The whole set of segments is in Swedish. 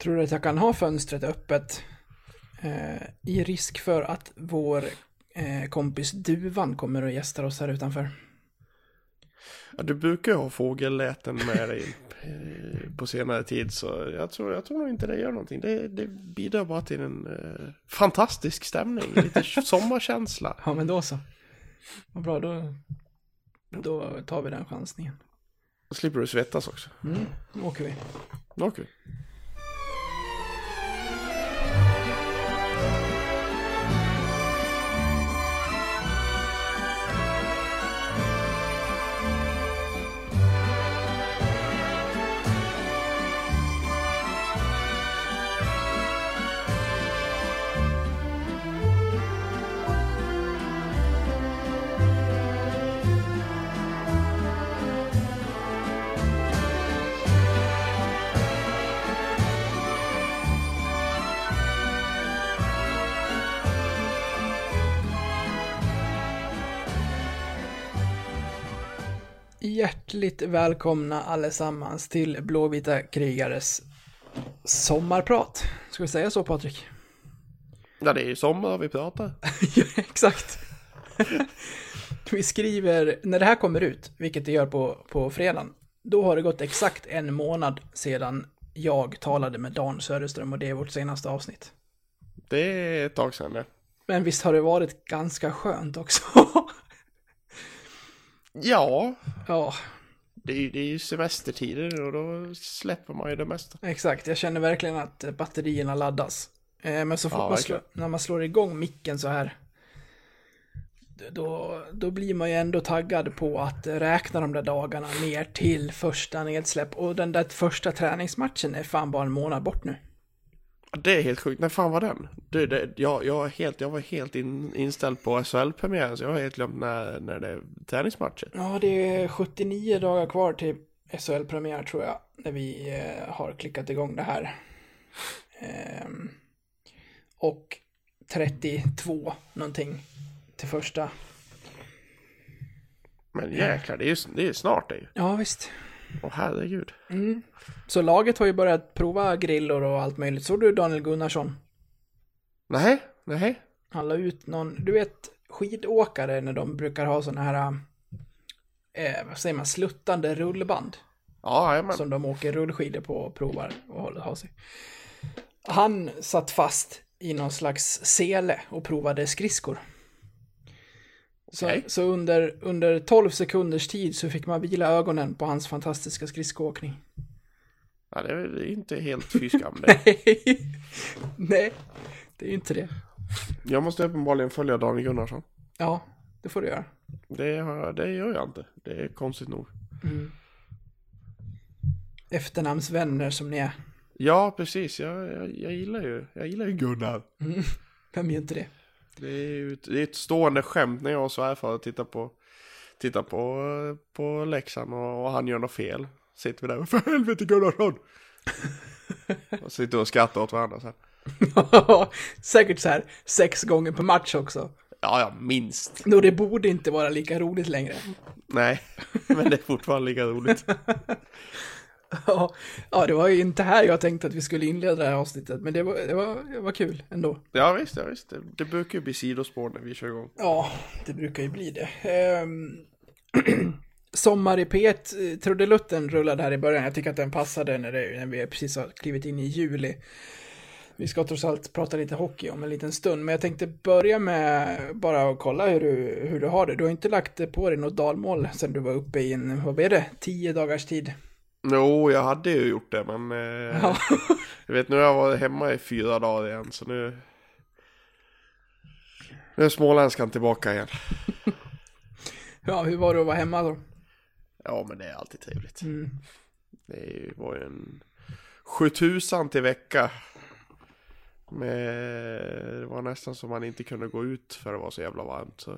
Tror du att jag kan ha fönstret öppet i risk för att vår kompis Duvan kommer och gästar oss här utanför? Ja, du brukar ju ha fågelläten med dig på senare tid, så jag tror nog inte det gör någonting. Det bidrar bara till en fantastisk stämning, lite sommarkänsla. Ja, men då så. Vad bra, då tar vi den chansningen. Då slipper du svettas också. Då åker vi. Okej. Hjärtligt välkomna allesammans till Blåvita krigares sommarprat. Ska vi säga så, Patrik? Ja, det är ju sommar vi pratar. Ja, exakt. Vi skriver, när det här kommer ut, vilket det gör på fredagen, då har det gått exakt en månad sedan jag talade med Dan Söderström, och det är vårt senaste avsnitt. Det är ett tag sedan det. Men visst har det varit ganska skönt också. Ja. Ja. Det är ju semestertider och då släpper man ju det mesta. Exakt, jag känner verkligen att batterierna laddas. Men så fort när man slår igång micken så här, då blir man ju ändå taggad på att räkna de där dagarna ner till första nedsläpp. Och den där första träningsmatchen är fan bara en månad bort nu. Det är helt sjukt. När fan var den? Jag var helt inställd på SHL-premiären, så jag har helt glömt när det är träningsmatcher. Ja, det är 79 dagar kvar till SHL-premiär, tror jag, när vi har klickat igång det här. Och 32 någonting till första. Men jäklar, det är snart det. Ja, visst. Åh, herregud. Så laget har ju börjat prova grillor och allt möjligt. Såg du Daniel Gunnarsson? Nej. Han la ut någon, du vet, skidåkare när de brukar ha såna här vad säger man, sluttande rullband. Ja, jajamän. Som de åker rullskidor på och provar och håller ha sig. Han satt fast i någon slags sele och provade skridskor. Okay. Så under 12 sekunders tid så fick man vila ögonen på hans fantastiska skridskoåkning. Ja, det är väl inte helt fyskam det. Nej, det är ju inte det. Jag måste uppenbarligen följa Daniel Gunnarsson. Ja, det får du göra. Det gör jag inte. Det är konstigt nog. Efternamnsvänner som ni är. Ja, precis. Jag gillar ju Gunnar. Vem gör inte det? Det är ett stående skämt när jag och svärfar tittar på Leksand och han gör något fel. Sitter vi där, för helvete Gunnarsson! Och sitter och skrattar åt varandra så här. Säkert så här 6 gånger per match också. Ja, minst. Nå, det borde inte vara lika roligt längre. Nej, men det är fortfarande lika roligt. Ja, det var ju inte här jag tänkte att vi skulle inleda det här avsnittet, men det var kul ändå. Ja, visst. Det brukar ju bli sidospår när vi kör igång. Ja, det brukar ju bli det. Sommar i P1, trudelutten rullade här i början. Jag tycker att den passade när vi precis har klivit in i juli. Vi ska trots allt prata lite hockey om en liten stund, men jag tänkte börja med bara att kolla hur du har det. Du har inte lagt på dig något dalmål sedan du var uppe i vad är det, 10 dagars tid? Jo, jag hade ju gjort det, men ja. Jag vet, nu har jag varit hemma i 4 dagar igen, så nu är småländskan tillbaka igen. Ja, hur var det att vara hemma då? Ja, men det är alltid trevligt. Det var ju en 7000 till vecka. Det var nästan som man inte kunde gå ut för det var så jävla varmt. Så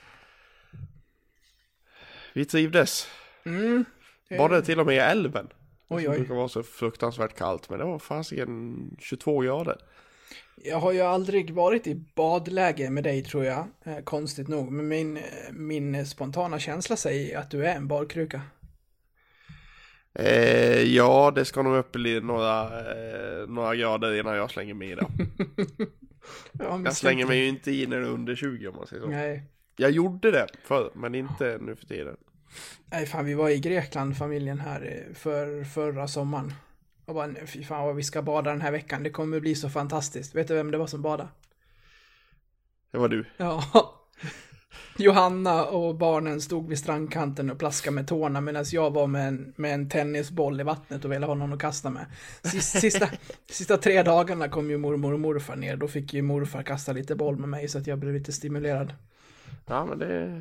vi trivdes. Var det till och med i älven. Oj. Det brukar vara så fruktansvärt kallt, men det var fasiken 22 grader. Jag har ju aldrig varit i badläge med dig, tror jag. Konstigt nog. Men min spontana känsla säger att du är en badkruka. Ja, det ska nog upp i några grader innan jag slänger mig i det. Ja, Jag slänger mig ju inte i när det är under 20 om man säger så. Nej. Jag gjorde det förr, men inte nu för tiden. Nej, fan, vi var i Grekland, familjen här, förra sommaren. Och bara, fy fan vad vi ska bada den här veckan. Det kommer bli så fantastiskt. Vet du vem det var som badade? Det var du. Ja. Johanna och barnen stod vid strandkanten och plaskade med tårna medan jag var med en tennisboll i vattnet och ville ha någon att kasta med. Sista 3 dagarna kom ju mormor och morfar ner. Då fick ju morfar kasta lite boll med mig så att jag blev lite stimulerad. Ja, men det...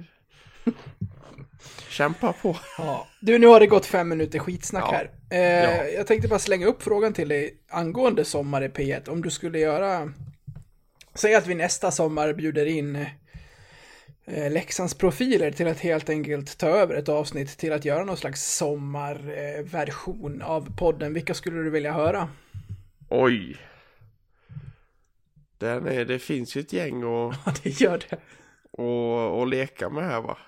Kämpa på. Ja. Du, nu har det gått 5 minuter skitsnack här. Ja. Jag tänkte bara slänga upp frågan till dig angående Sommar i P1. Om du skulle göra... Säg att vi nästa sommar bjuder in Leksands profiler till att helt enkelt ta över ett avsnitt till att göra någon slags sommarversion av podden. Vilka skulle du vilja höra? Oj. Det finns ju ett gäng Ja, det gör det. och leka med här, va?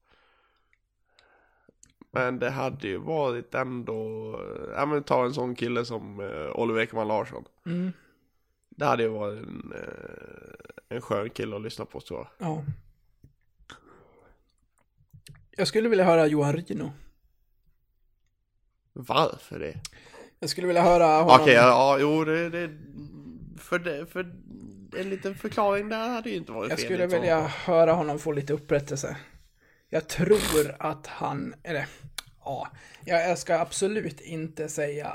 Men det hade ju varit ändå... Ja, men ta en sån kille som Oliver Ekman Larsson. Mm. Det hade ju varit en skön kille att lyssna på, tror jag. Ja. Jag skulle vilja höra Johan Ryno. Varför det? Jag skulle vilja höra honom. Okej, ja, jo, för en liten förklaring där hade ju inte varit fel. Jag skulle vilja höra honom få lite upprättelse. Jag tror att han, eller ja, jag ska absolut inte säga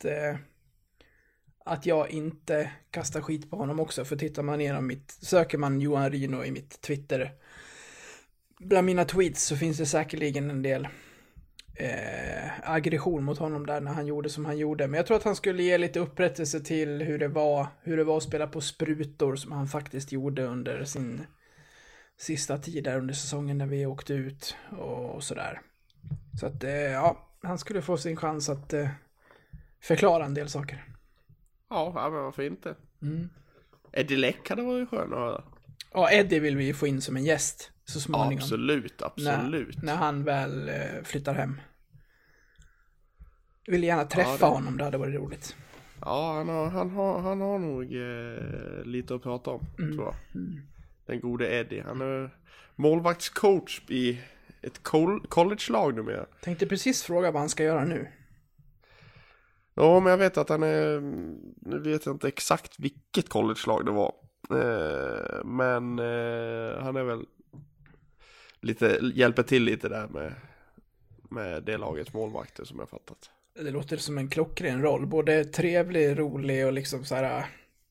att jag inte kastar skit på honom också. För tittar man igenom söker man Johan Ryno i mitt Twitter, bland mina tweets, så finns det säkerligen en del aggression mot honom där när han gjorde som han gjorde. Men jag tror att han skulle ge lite upprättelse till hur det var att spela på sprutor som han faktiskt gjorde under sin sista tid där under säsongen när vi åkte ut och sådär. Så att ja, han skulle få sin chans att förklara en del saker. Ja, men varför inte? Mm. Eddie Leck hade varit skön att höra. Ja, Eddie vill vi få in som en gäst så småningom. Absolut. När han väl flyttar hem. Jag vill gärna träffa honom, det hade varit roligt. Ja, han har nog lite att prata om, tror jag. Den gode Eddie. Han är målvaktscoach i ett college-lag numera. Tänkte precis fråga vad han ska göra nu. Ja, men jag vet att han är... Nu vet jag inte exakt vilket college-lag det var. Men han är väl hjälper till lite där med det lagets målvakter som jag fattat. Det låter som en klockren roll. Både trevlig, rolig och liksom så här...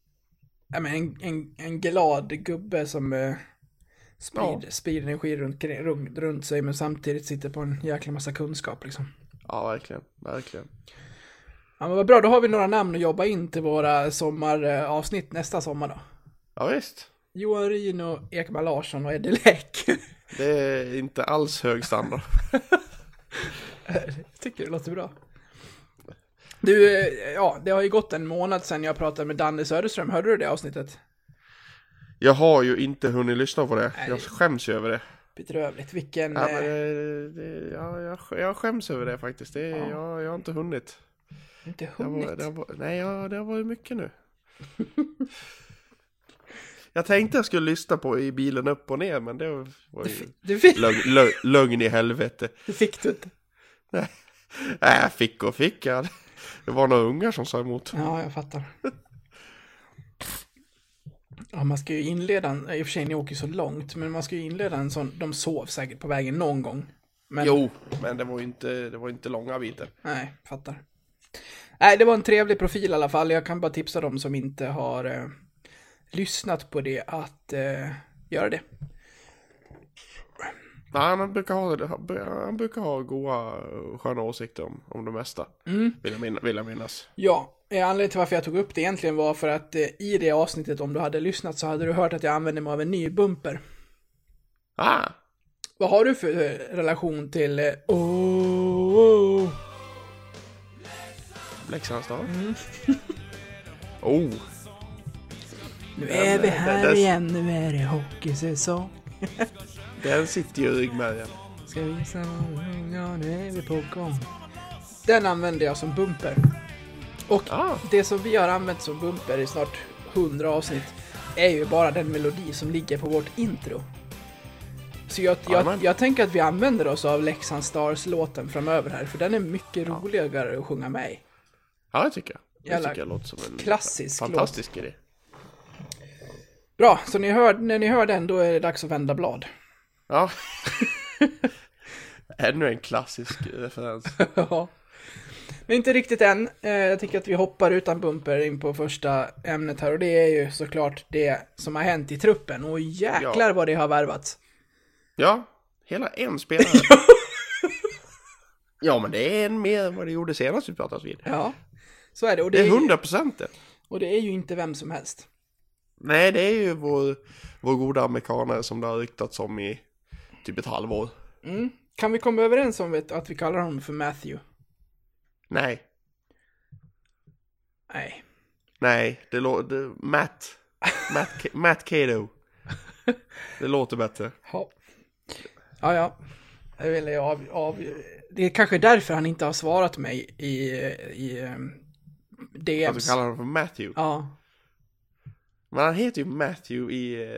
en glad gubbe som sprider energi runt sig, men samtidigt sitter på en jäkla massa kunskap liksom. Ja, verkligen. Ja, men vad bra, då har vi några namn att jobba in till våra sommaravsnitt nästa sommar då. Ja, visst. Johan Ryno, Ekman Larsson och Eddie Leck. Det är inte alls hög standard. Jag tycker det låter bra. Du, ja, det har ju gått en månad sedan jag pratade med Danne Söderström. Hörde du det avsnittet? Jag har ju inte hunnit lyssna på det. Jag skäms ju över det. Bedrövligt. Vilken... Ja, men jag skäms över det faktiskt. Jag har inte hunnit. Inte hunnit? Det har varit mycket nu. Jag tänkte jag skulle lyssna på i bilen upp och ner, men det var ju lögn i helvete. Det fick du inte. Nej, fick jag. Det var några ungar som sa emot. Ja, jag fattar. Ja, man ska ju inleda, i och för sig ni åker så långt, men man ska ju inleda en sån, de sov säkert på vägen någon gång. Men... Jo, men det var inte långa bitar. Nej, fattar. Nej, det var en trevlig profil i alla fall. Jag kan bara tipsa dem som inte har lyssnat på det att göra det. Nej, han brukar ha goda, sköna åsikter om det mesta. Vill jag minnas. Ja, anledningen till varför jag tog upp det egentligen var för att i det avsnittet, om du hade lyssnat, så hade du hört att jag använde mig av en ny bumper. Vad har du för relation till Leksands då? Nu är vi här igen, nu är det hockeysäsong. Den sitter ju i ryggmärgen. Ska vi visa, ja, nu är vi på gång. Den använder jag som bumper. Och det som vi har använt som bumper i snart 100 avsnitt är ju bara den melodi som ligger på vårt intro. Så jag tänker att vi använder oss av Leksand Stars-låten framöver här, för den är mycket roligare att sjunga med i. Ja, det tycker jag. Det tycker jag låter som en klassisk fantastisk idé. Bra, så när ni hör den, då är det dags att vända blad. Ja. Ännu en klassisk referens. Ja. Men inte riktigt än. Jag tycker att vi hoppar utan bumper in på första ämnet här. Och det är ju såklart det som har hänt i truppen. Och jäklar vad det har värvats. Ja, hela en spelare. Ja, men det är en mer än vad det gjorde senast vi pratade vid. Ja, så är det. Och det är 100% det. Och det är ju inte vem som helst. Nej, det är ju vår goda amerikaner som det har ryktats om i typ ett halvår. Mm. Kan vi komma överens om att vi kallar honom för Matthew? Nej. Nej. Nej, det låter... Matt Cato. Det låter bättre. Ja. Ja. Jag vill det är kanske därför han inte har svarat mig i DMs. Alltså kallar honom för Matthew? Ja. Men han heter ju Matthew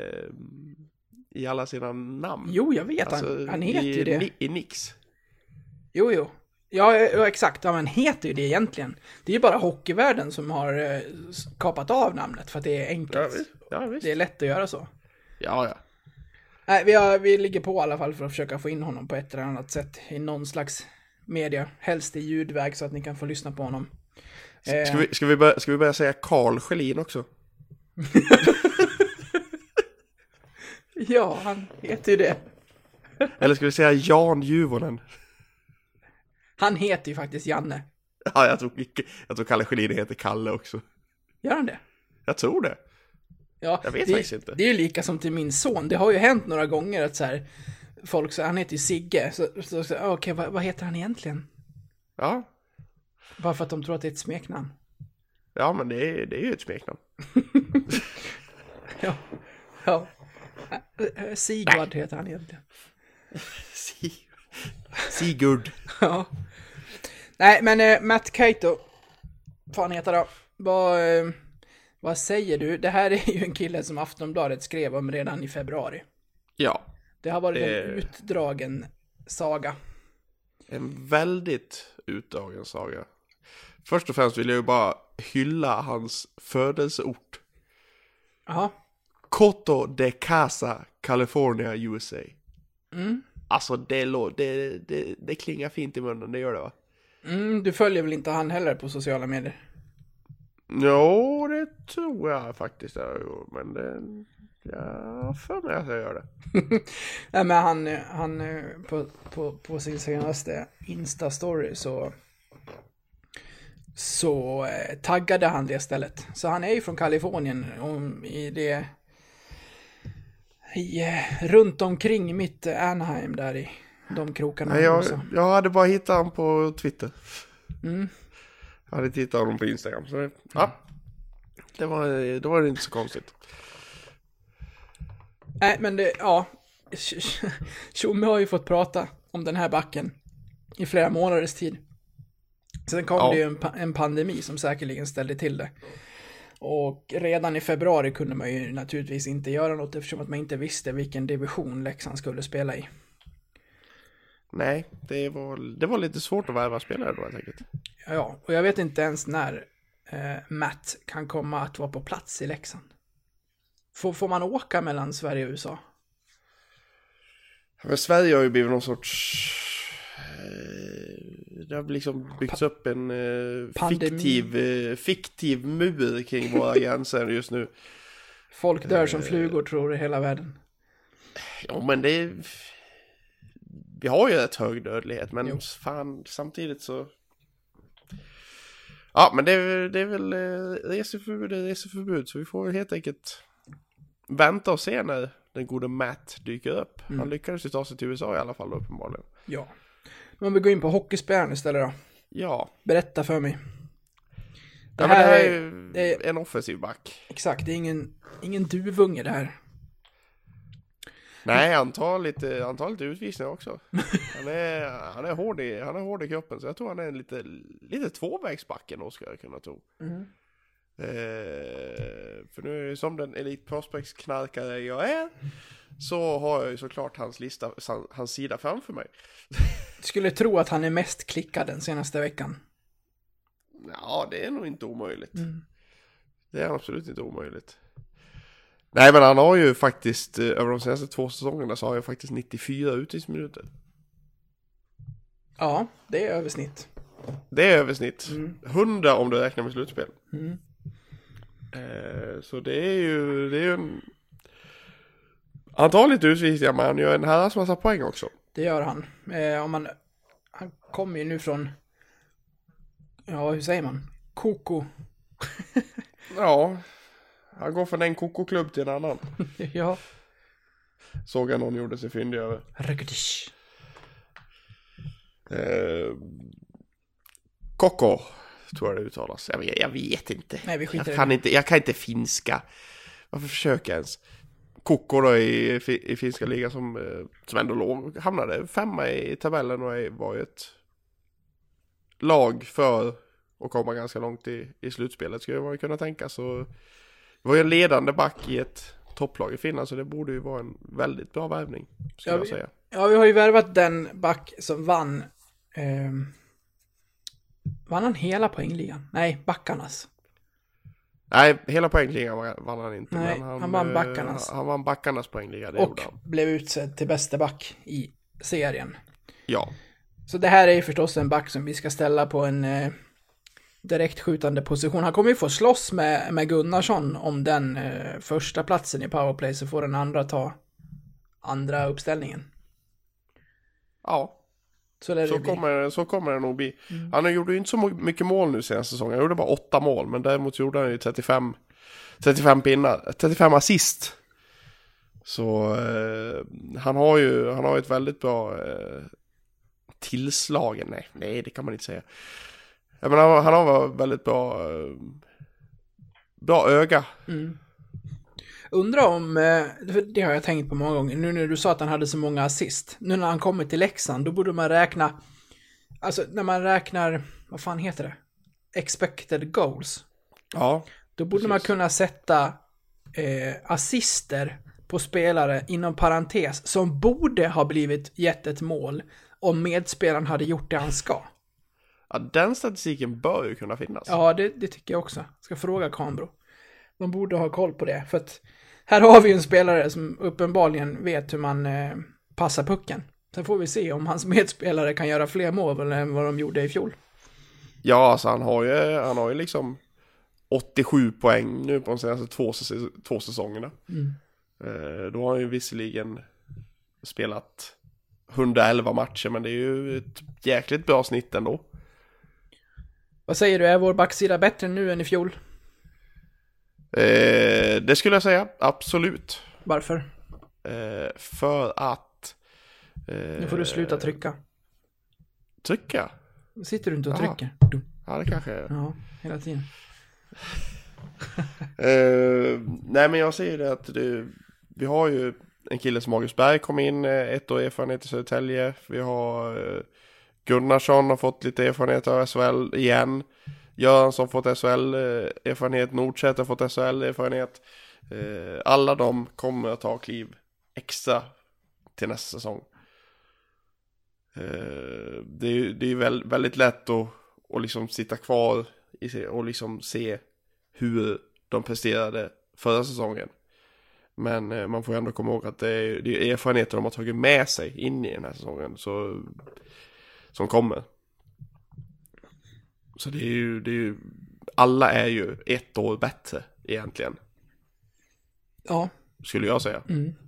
i alla sina namn. Jo, jag vet. Alltså, han heter ju det. I Nix. Jo. Ja, exakt. Ja, men heter ju det egentligen. Det är ju bara hockeyvärlden som har kapat av namnet för att det är enkelt. Ja, visst. Det är lätt att göra så. Ja. Nej, vi ligger på i alla fall för att försöka få in honom på ett eller annat sätt i någon slags media. Helst i ljudväg så att ni kan få lyssna på honom. Ska vi börja säga Carl Schelin också? Ja, han heter ju det. Eller ska vi säga Jan Juvonen? Han heter ju faktiskt Janne. Ja, jag tror Kalle Schelin heter Kalle också. Gör han det? Jag tror det. Ja, jag vet faktiskt inte. Det är ju lika som till min son. Det har ju hänt några gånger att så här, folk säger han heter ju Sigge. Så okej, vad heter han egentligen? Ja. Bara för att de tror att det är ett smeknamn. Ja, men det är ju ett smeknamn. Ja. Sigvard heter han egentligen. Sigurd. Ja. Nej, men Matt Cato, vad han heter då? Vad säger du? Det här är ju en kille som Aftonbladet skrev om redan i februari. Ja. Det har varit en utdragen saga. En väldigt utdragen saga. Först och främst vill jag ju bara hylla hans födelseort. Jaha. Coto de Casa, California, USA. Mm. Alltså det klingar fint i munnen, det gör det va? Du följer väl inte han heller på sociala medier? Jo, det tror jag faktiskt jag gör, men jag för mig att jag gör det. Nej, men han på sin senaste Insta-story så taggade han det stället. Så han är ju från Kalifornien runt omkring mitt Anaheim där i de krokarna. Jag hade bara hittat honom på Twitter. Mm. Jag hade tittat honom på Instagram. Så det var inte så konstigt. Nej, men Tjomme har ju fått prata om den här backen i flera månaders tid. Sen kom det ju en pandemi som säkerligen ställde till det. Och redan i februari kunde man ju naturligtvis inte göra något eftersom att man inte visste vilken division Leksand skulle spela i. Nej, det var lite svårt att värva spelare då helt enkelt. Ja, och jag vet inte ens när Matt kan komma att vara på plats i Leksand. Får man åka mellan Sverige och USA? Men Sverige har ju blivit någon sorts... det har liksom byggts upp en fiktiv mur kring våra gränser just nu. Folk dör som flugor tror i hela världen. Ja, men vi har ju ett hög dödlighet, men fan, samtidigt så... Ja, men det är väl reseförbud, så vi får helt enkelt vänta och se när den gode Matt dyker upp. Han lyckades ju ta sig till USA i alla fall uppenbarligen. Ja. Men om vi går in på hockeyspelaren istället då. Ja. Berätta för mig. Det här är en offensiv back. Exakt, det är ingen duvunge det här. Nej, han tar lite utvisningar också. Han är hård i kroppen, så jag tror han är lite tvåvägsbacken då, ska jag kunna tro. För nu som den Elite Prospects knarkare jag är, så har jag ju såklart hans sida framför mig. Skulle tro att han är mest klickad den senaste veckan. Ja, det är nog inte omöjligt. Det är absolut inte omöjligt. Nej, men han har ju faktiskt över de senaste 2 säsongerna så har jag faktiskt 94 utvisningsminuter. Ja, det är översnitt. Det är översnitt. 100 om du räknar med slutspel. Så det är ju en... Han tar lite utvisningar, men han gör en herrans massa poäng också. Det gör han. Han kommer ju nu från... Ja, hur säger man? Koko. Ja, han går från en kokoklubb till en annan. Ja. Såg jag någon gjorde sig fyndig över. Rökdish. Koko, tror jag det uttalas. Jag vet inte. Nej, vi skiter jag kan inte finska. Varför försöker jag ens? Koko då i finska ligan som ändå hamnade 5 i tabellen och var ju ett lag för att komma ganska långt i slutspelet, skulle man kunna tänka. Så det var ju en ledande back i ett topplag i Finland, så det borde ju vara en väldigt bra värvning, skulle jag säga. Ja, vi har ju värvat den back som vann han hela poängligan? Nej, backarnas. Nej, hela poängligan vann han inte. Nej, men han vann backarnas. Han vann backarnas poängliga, det och gjorde han. Blev utsedd till bästa back i serien. Ja. Så det här är ju förstås en back som vi ska ställa på en direkt skjutande position. Han kommer ju få slåss med Gunnarsson om den första platsen i powerplay, så får den andra ta andra uppställningen. Ja. Så kommer det nog bli. Han gjorde ju inte så mycket mål nu senaste säsongen. Han gjorde bara 8 mål, men däremot gjorde han ju 35 pinnar, 35 assist. Så han har ju ett väldigt bra tillslag. Nej, det kan man inte säga. Jag menar, han har väldigt bra öga. Undrar om, för det har jag tänkt på många gånger, nu när du sa att han hade så många assist, nu när han kommer till Leksand, då borde man räkna, alltså när man räknar, vad fan heter det? Expected goals. Ja. Då borde man kunna sätta assister på spelare inom parentes som borde ha blivit gett ett mål om medspelaren hade gjort det han ska. Ja, den statistiken bör ju kunna finnas. Ja, det tycker jag också. Ska fråga Kambro. De borde ha koll på det. För att här har vi en spelare som uppenbarligen vet hur man passar pucken. Sen får vi se om hans medspelare kan göra fler mål än vad de gjorde i fjol. Ja, alltså han har ju liksom 87 poäng nu på de senaste 2 säsongerna. Då har han ju visserligen spelat 111 matcher, men det är ju ett jäkligt bra snitt ändå. Vad säger du, är vår backsida bättre nu än i fjol? Det skulle jag säga, absolut. Varför? För att... Nu får du sluta trycka. Trycka? Sitter du inte och trycker? Ja, det kanske är. Ja, hela tiden. Nej, men jag säger det att vi har ju en kille som August Berg kom in, 1 år erfarenhet i Södertälje. Vi har Gunnarsson har fått lite erfarenhet av SHL igen. Göransson har fått SHL-erfarenhet. Nordstedt har fått SHL-erfarenhet. Alla de kommer att ta kliv extra till nästa säsong. Det är väldigt lätt att liksom sitta kvar och liksom se hur de presterade förra säsongen. Men man får ändå komma ihåg att det är erfarenheter de har tagit med sig in i den här säsongen som kommer. Så det är ju alla är ju 1 år bättre egentligen. Ja. Skulle jag säga.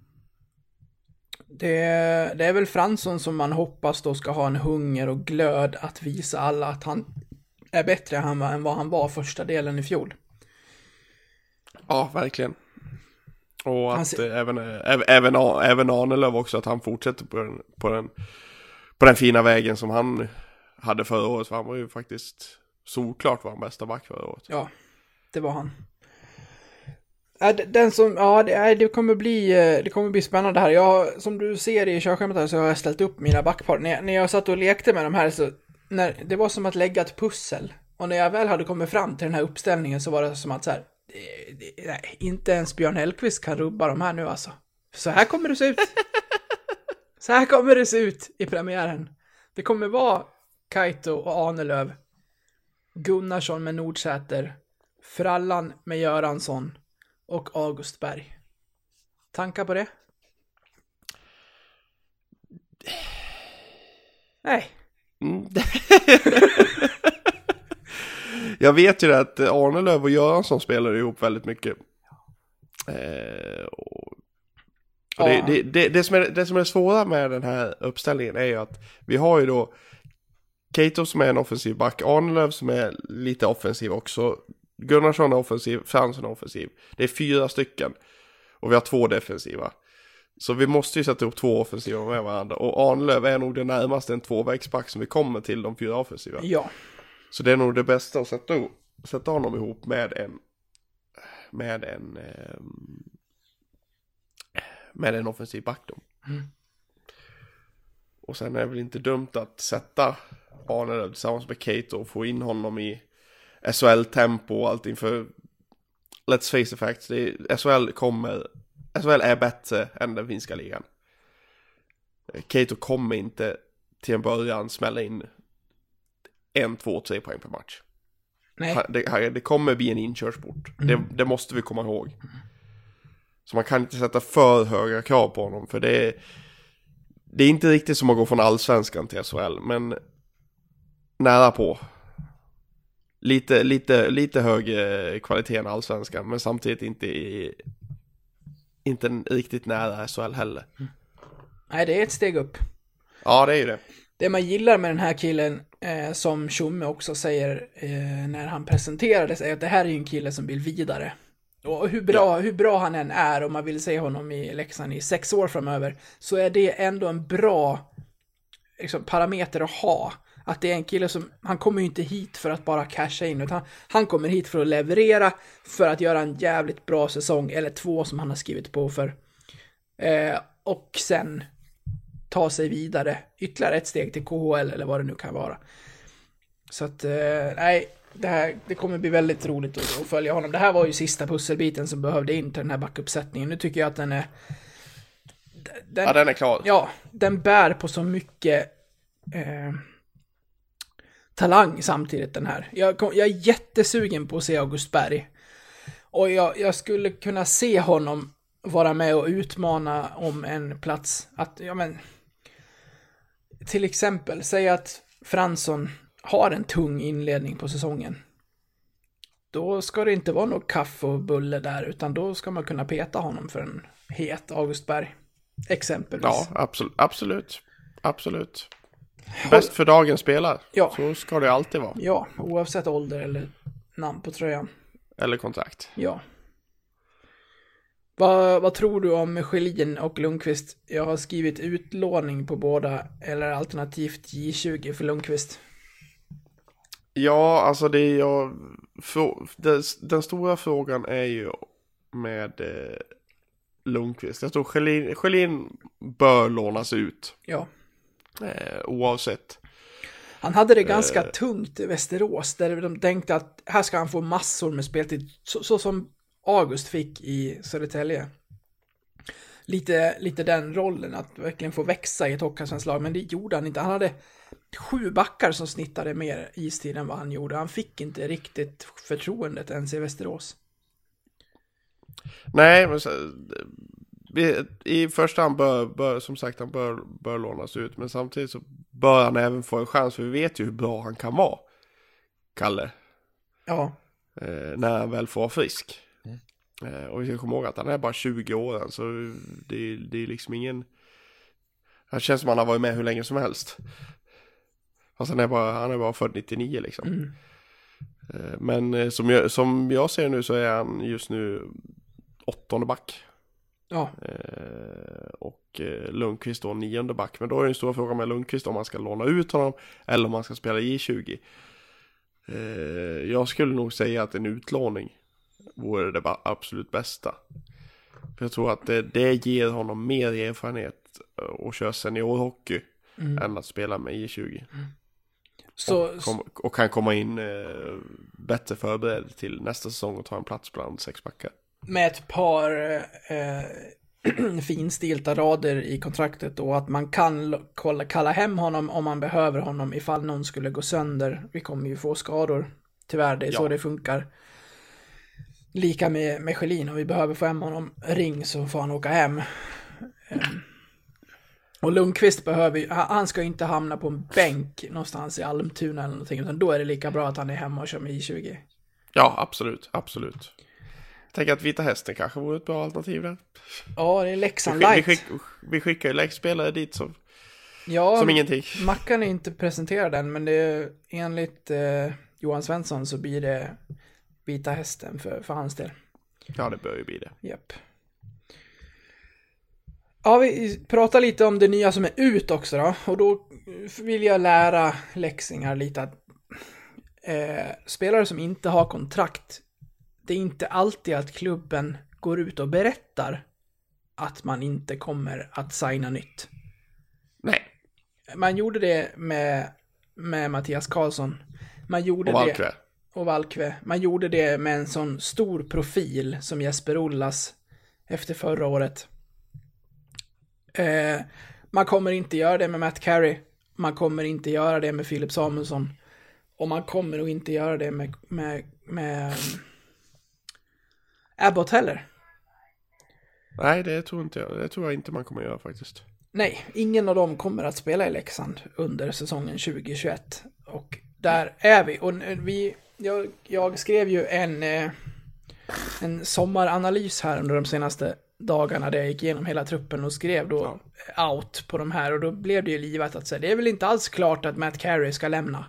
Det är väl Fransson som man hoppas då ska ha en hunger och glöd att visa alla att han är bättre än vad han var första delen i fjol. Ja, verkligen. Och att även Arnelöv också, att han fortsätter på den fina vägen som han hade förra året. För han var ju faktiskt såklart var han bästa back förra året. Ja, det var han. Den som, ja, det kommer bli spännande här. Som du ser i körschemat här så har jag ställt upp mina backpar. När jag satt och lekte med de här så det var som att lägga ett pussel. Och när jag väl hade kommit fram till den här uppställningen så var det som att så här, nej, inte ens Björn Hellkvist kan rubba de här nu alltså. Så här kommer det se ut. Så här kommer det se ut i premiären. Det kommer vara Kaito och Ahnelöv, Gunnarsson med Nordsäter, Frallan med Göransson och August Berg. Tankar på det? Nej. Jag vet ju att Ahnelöv och Göransson spelar ihop väldigt mycket. Det som är svåra med den här uppställningen är ju att vi har ju då Kato som är en offensiv back, Ahnelöv som är lite offensiv också, Gunnarsson är offensiv, Fransson är offensiv. Det är 4 stycken och vi har 2 defensiva. Så vi måste ju sätta upp 2 offensiva med varandra. Och Ahnelöv är nog det närmaste en 2-vägsback som vi kommer till de 4 offensiva. Ja. Så det är nog det bästa att sätta honom ihop med en offensiv back då. Mm. Och sen är det väl inte dumt att sätta Ahnelöv tillsammans med Kato och få in honom i SHL-tempo och allting, för let's face the facts, SHL är bättre än den finska ligan. Kato kommer inte till en början smälla in 1, 2, 3 poäng per match. Nej. Det kommer bli en inkörsport. Det måste vi komma ihåg. Så man kan inte sätta för höga krav på honom, för det är inte riktigt som att gå från allsvenskan till SHL, men nära på. Lite högre kvalitet än allsvenskan, men samtidigt inte riktigt nära SHL heller. Nej, det är ett steg upp. Ja, det är ju det. Det man gillar med den här killen, som Tjomme också säger när han presenterades, är att det här är ju en kille som vill vidare. Och hur bra han än är, om man vill se honom i Leksand i 6 år framöver, så är det ändå en bra liksom, parameter att ha. Att det är en kille som, han kommer ju inte hit för att bara casha in, utan han kommer hit för att leverera, för att göra en jävligt bra säsong, eller 2 som han har skrivit på för. Och sen ta sig vidare ytterligare ett steg till KHL eller vad det nu kan vara. Så att, nej, det kommer bli väldigt roligt att följa honom. Det här var ju sista pusselbiten som behövde in till den här backuppsättningen. Nu tycker jag att den är klar. Ja, den bär på så mycket talang samtidigt den här. Jag är jättesugen på att se August Berg. Och jag skulle kunna se honom vara med och utmana om en plats. Att, ja men, till exempel, säg att Fransson har en tung inledning på säsongen. Då ska det inte vara något kaffe och bulle där, utan då ska man kunna peta honom för en het August Berg. Exempelvis. Ja, absolut. Bäst för dagen spelar. Ja. Så ska det alltid vara. Ja, oavsett ålder eller namn på tröjan. Eller kontrakt. Ja. Vad tror du om Schelin och Lundqvist? Jag har skrivit utlåning på båda, eller alternativt J20 för Lundqvist. Ja, alltså den stora frågan är ju med Lundqvist. Jag tror Schelin bör lånas ut. Ja. Oavsett. Han hade det ganska tungt i Västerås, där de tänkte att här ska han få massor med speltid, så som August fick i Södertälje. Lite den rollen, att verkligen få växa i ett hockeyallsvenskt lag, men det gjorde han inte. Han hade 7 backar som snittade mer istid än vad han gjorde. Han fick inte riktigt förtroendet ens i Västerås. Nej, men i första hand bör som sagt han bör lånas ut, men samtidigt så bör han även få en chans, för vi vet ju hur bra han kan vara, Kalle. Ja. När han väl får vara frisk. Och vi ska komma ihåg att han är bara 20 år, så det är liksom ingen... Han känns som han har varit med hur länge som helst. Fast han är bara född 99 liksom. Men som jag ser nu så är han just nu 8:e back. Ja. Och Lundqvist då 9:e back. Men då är det en stor fråga med Lundqvist om man ska låna ut honom eller om man ska spela J20. Jag skulle nog säga att en utlåning vore det absolut bästa. För jag tror att det ger honom mer erfarenhet att köra seniorhockey än att spela med I20. Och kan komma in bättre förberedd till nästa säsong och ta en plats bland 6 backar. Med ett par finstilta rader i kontraktet och att man kan kalla hem honom om man behöver honom ifall någon skulle gå sönder. Vi kommer ju få skador. Tyvärr, det är så det funkar. Lika med Schelin, om vi behöver få hem honom ring så får han åka hem. Och Lundqvist han ska ju inte hamna på en bänk någonstans i Almtuna eller någonting, utan då är det lika bra att han är hemma och kör med I20. Ja, absolut. Tänk att Vita Hästen kanske vore ett bra alternativ där. Ja, det är Leksand light. Vi skickar ju läggspelare dit som ingenting. Mackan är inte presenterad än, men det är enligt Johan Svensson så blir det Vita Hästen för hans del. Ja, det bör ju bli det. Japp. Ja, vi pratar lite om det nya som är ut också då. Och då vill jag lära läxingar lite att spelare som inte har kontrakt, det är inte alltid att klubben går ut och berättar att man inte kommer att signa nytt. Nej. Man gjorde det med Mattias Karlsson. Man gjorde och Valkve. Man gjorde det med en sån stor profil som Jesper Ollas efter förra året. Man kommer inte göra det med Matt Carey. Man kommer inte göra det med Filip Samuelsson. Och man kommer nog inte göra det med Abbott heller. Nej, det tror inte jag. Det tror jag inte man kommer göra faktiskt. Nej, ingen av dem kommer att spela i Leksand under säsongen 2021. Och där är vi. Och jag skrev ju en sommaranalys här under de senaste dagarna där jag gick igenom hela truppen och skrev då out på de här. Och då blev det ju livat att säga, det är väl inte alls klart att Matt Carey ska lämna.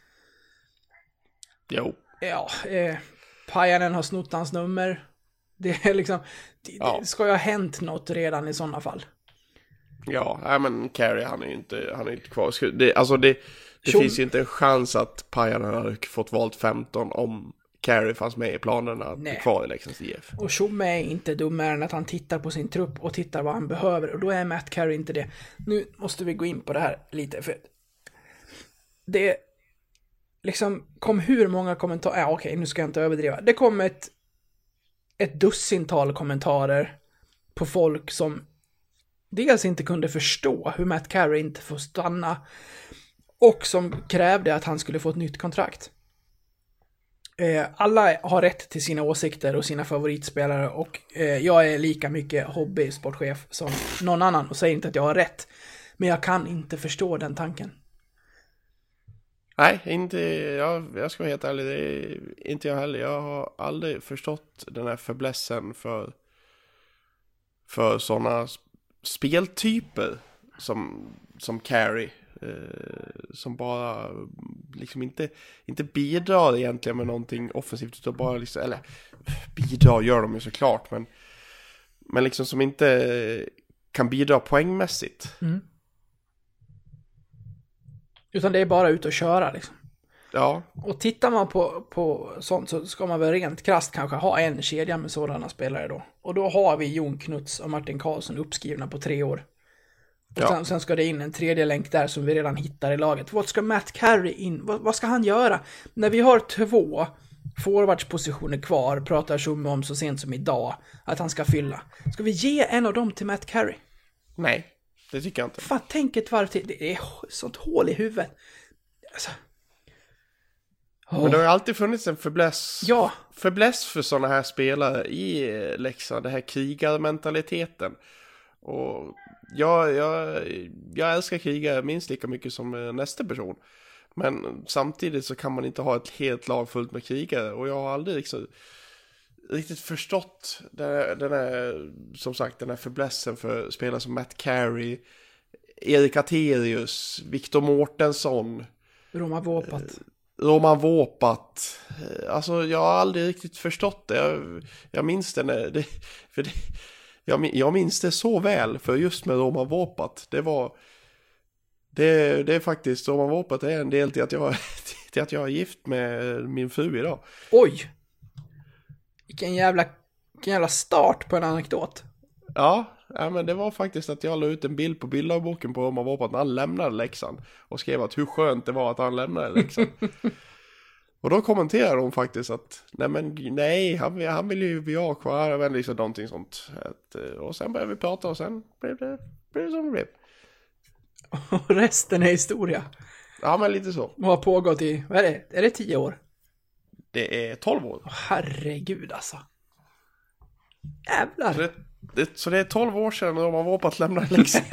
Jo. Ja, Pajanen har snott hans nummer. Det är liksom, det ska ju ha hänt något redan i sådana fall. Ja, men Carey han är inte kvar. Det finns ju inte en chans att Pajanen hade fått valt 15 om Carey fanns med i planerna att bli kvar i Leksands IF. Och Tjomme är inte dummare än att han tittar på sin trupp och tittar vad han behöver. Och då är Matt Carey inte det. Nu måste vi gå in på det här lite. För det liksom kom hur många kommentarer. Okej, nu ska jag inte överdriva. Det kom ett dussintal kommentarer på folk som dels inte kunde förstå hur Matt Carey inte får stanna. Och som krävde att han skulle få ett nytt kontrakt. Alla har rätt till sina åsikter och sina favoritspelare och jag är lika mycket hobby-sportchef som någon annan och säger inte att jag har rätt, men jag kan inte förstå den tanken. Nej, jag ska vara helt ärlig, det är inte jag heller. Jag har aldrig förstått den här förblässen för sådana speltyper som Carey. Som bara liksom inte bidrar egentligen med någonting offensivt utan bara liksom, eller bidrar gör de ju såklart men liksom som inte kan bidra poängmässigt. Utan det är bara ut och köra liksom. Ja. Och tittar man på sånt så ska man väl rent krasst kanske ha en kedja med sådana spelare då. Och då har vi Jon Knuts och Martin Karlsson uppskrivna på 3 år. Och sen ska det in en tredje länk där som vi redan hittar i laget. Vad ska Matt Carey in? Vad ska han göra? När vi har 2 forwardspositioner kvar pratar Tjomme om så sent som idag att han ska fylla. Ska vi ge en av dem till Matt Carey? Nej, det tycker jag inte. Fan, tänk ett varv till. Det är sånt hål i huvudet. Alltså. Men det har ju alltid funnits en fäbless för sådana här spelare i Leksand. Det här krigarmentaliteten. Och jag älskar krigare minst lika mycket som nästa person. Men samtidigt så kan man inte ha ett helt lag fullt med krigare. Och jag har aldrig liksom riktigt förstått den här fäblessen för spelare som Matt Carey, Erik Aterius, Viktor Mårtensson, Roman Våpat. Alltså jag har aldrig riktigt förstått det. Jag minns det jag minns det så väl, för just med Roman Våpat, det är faktiskt, Roman Våpat är en del till att jag är gift med min fru idag. Oj! Vilken jävla start på en anekdot. Ja, men det var faktiskt att jag la ut en bild på bilddagboken på hur man var på att han lämnade Leksand. Och skrev att hur skönt det var att han lämnade Leksand. Och då kommenterade hon faktiskt att nej, han vill ju bli kvar. Men liksom någonting sånt. Och sen började vi prata och sen blev det som det blev. Och resten är historia. Ja, men lite så. Och har pågått i, vad är det? Är det 10 år? Det är 12 år. Herregud alltså. Jävlar. Så det är 12 år sedan när man var på att lämna Leksand.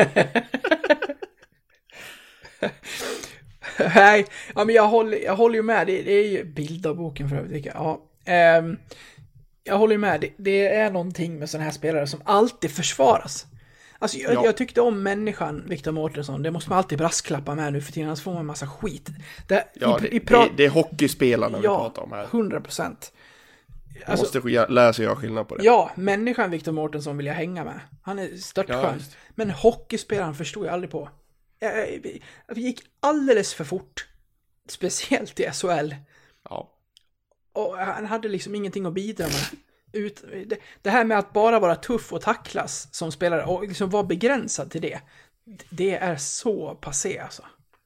Nej, ja, men jag håller ju med. Det är ju bilddagboken för övrigt. Ja. Jag håller ju med. Det är någonting med sådana här spelare som alltid försvaras. Alltså jag tyckte om människan Victor Mårtensson. Det måste man alltid brasklappa med nu för tiden. Annars får man en massa skit. Det är hockeyspelarna vi pratar om här. 100%. Man måste lära sig göra skillnad på det. Ja, människan Victor Mårtensson vill jag hänga med. Han är störtskön. Ja, men hockeyspelaren förstod jag aldrig på. Det gick alldeles för fort. Speciellt i SHL. Ja. Och han hade liksom ingenting att bidra med. Det här med att bara vara tuff och tacklas som spelare och liksom vara begränsad till det. Det är så passé alltså.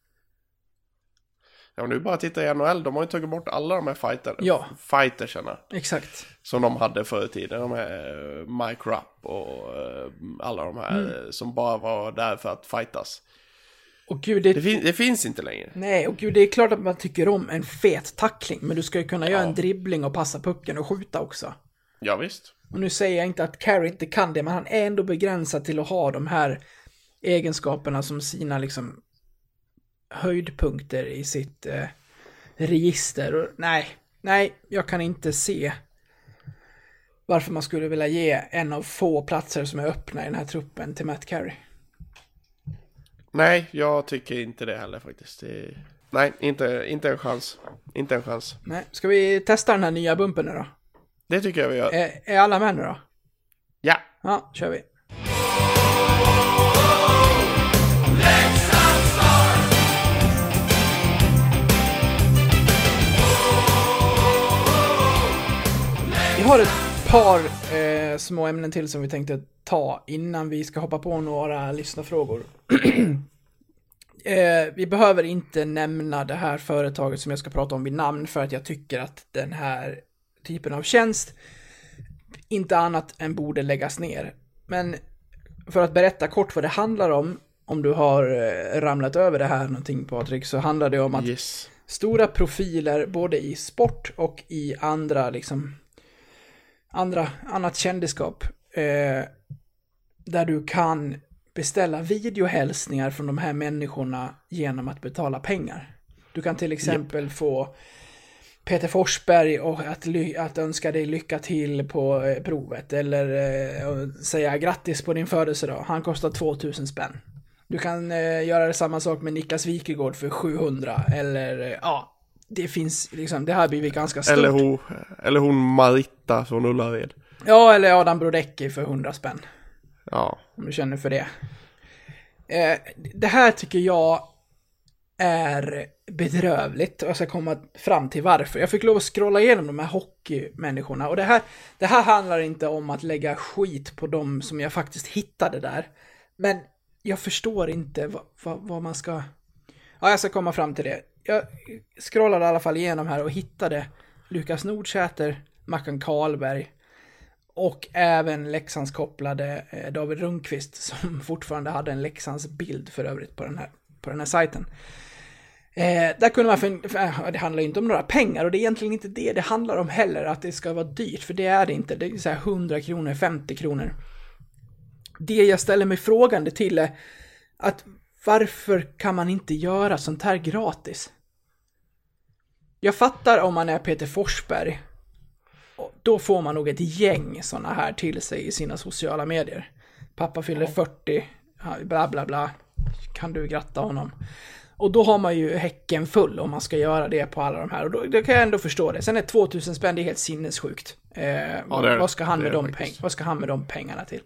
Ja, nu bara titta i NHL. De har ju tagit bort alla de här fightersarna. Exakt. Som de hade förr i tiden. De här Mike Rupp och alla de här som bara var där för att fightas. Och gud, det finns inte längre. Nej, och gud, det är klart att man tycker om en fet tackling. Men du ska ju kunna göra en dribbling och passa pucken och skjuta också. Ja, visst. Och nu säger jag inte att Carey inte kan det. Men han är ändå begränsad till att ha de här egenskaperna som sina liksom höjdpunkter i sitt register. Och nej, jag kan inte se varför man skulle vilja ge en av få platser som är öppna i den här truppen till Matt Carey. Nej, jag tycker inte det heller faktiskt. Nej, inte en chans. Inte en chans. Nej, ska vi testa den här nya bumpen nu då? Det tycker jag vi gör. Är alla med nu då? Ja. Ja, kör vi. Vi har ett par små ämnen till som vi tänkte ta innan vi ska hoppa på några lyssnarfrågor. Vi behöver inte nämna det här företaget som jag ska prata om vid namn för att jag tycker att den här typen av tjänst inte annat än borde läggas ner. Men för att berätta kort vad det handlar om du har ramlat över det här någonting, Patrik, så handlar det om att stora profiler både i sport och i andra liksom annat kändisskap där du kan beställa videohälsningar från de här människorna genom att betala pengar. Du kan till exempel få Peter Forsberg och att önska dig lycka till på provet eller säga grattis på din födelsedag. Han kostar 2000 spänn. Du kan göra samma sak med Niklas Wikegård för 700 eller det finns liksom, det här blir ganska stort. Eller hon Marita från Ullared. Ja, eller Adam Brodecki för 100 spänn. Ja. Om du känner för det. Det här tycker jag är bedrövligt. Jag ska komma fram till varför. Jag fick lov att scrolla igenom de här hockeymänniskorna. Och det här handlar inte om att lägga skit på dem som jag faktiskt hittade där. Men jag förstår inte vad man ska... Ja, jag ska komma fram till det. Jag scrollade i alla fall igenom här och hittade Lukas Nordsäter, Mackan Karlberg och även Leksands kopplade David Rundqvist som fortfarande hade en Leksands bild för övrigt på den här sajten. Där kunde man det handlar ju inte om några pengar och det är egentligen inte det handlar om heller, att det ska vara dyrt, för det är det inte. Det är så här 100 kronor, 50 kronor. Det jag ställer mig frågande till är att varför kan man inte göra sånt här gratis? Jag fattar om man är Peter Forsberg. Då får man nog ett gäng såna här till sig i sina sociala medier. Pappa fyller 40, bla bla bla. Kan du gratta honom? Och då har man ju häcken full om man ska göra det på alla de här. Och då kan jag ändå förstå det. Sen är 2000 spänn, det är helt sinnessjukt. Vad ska han med de pengarna till?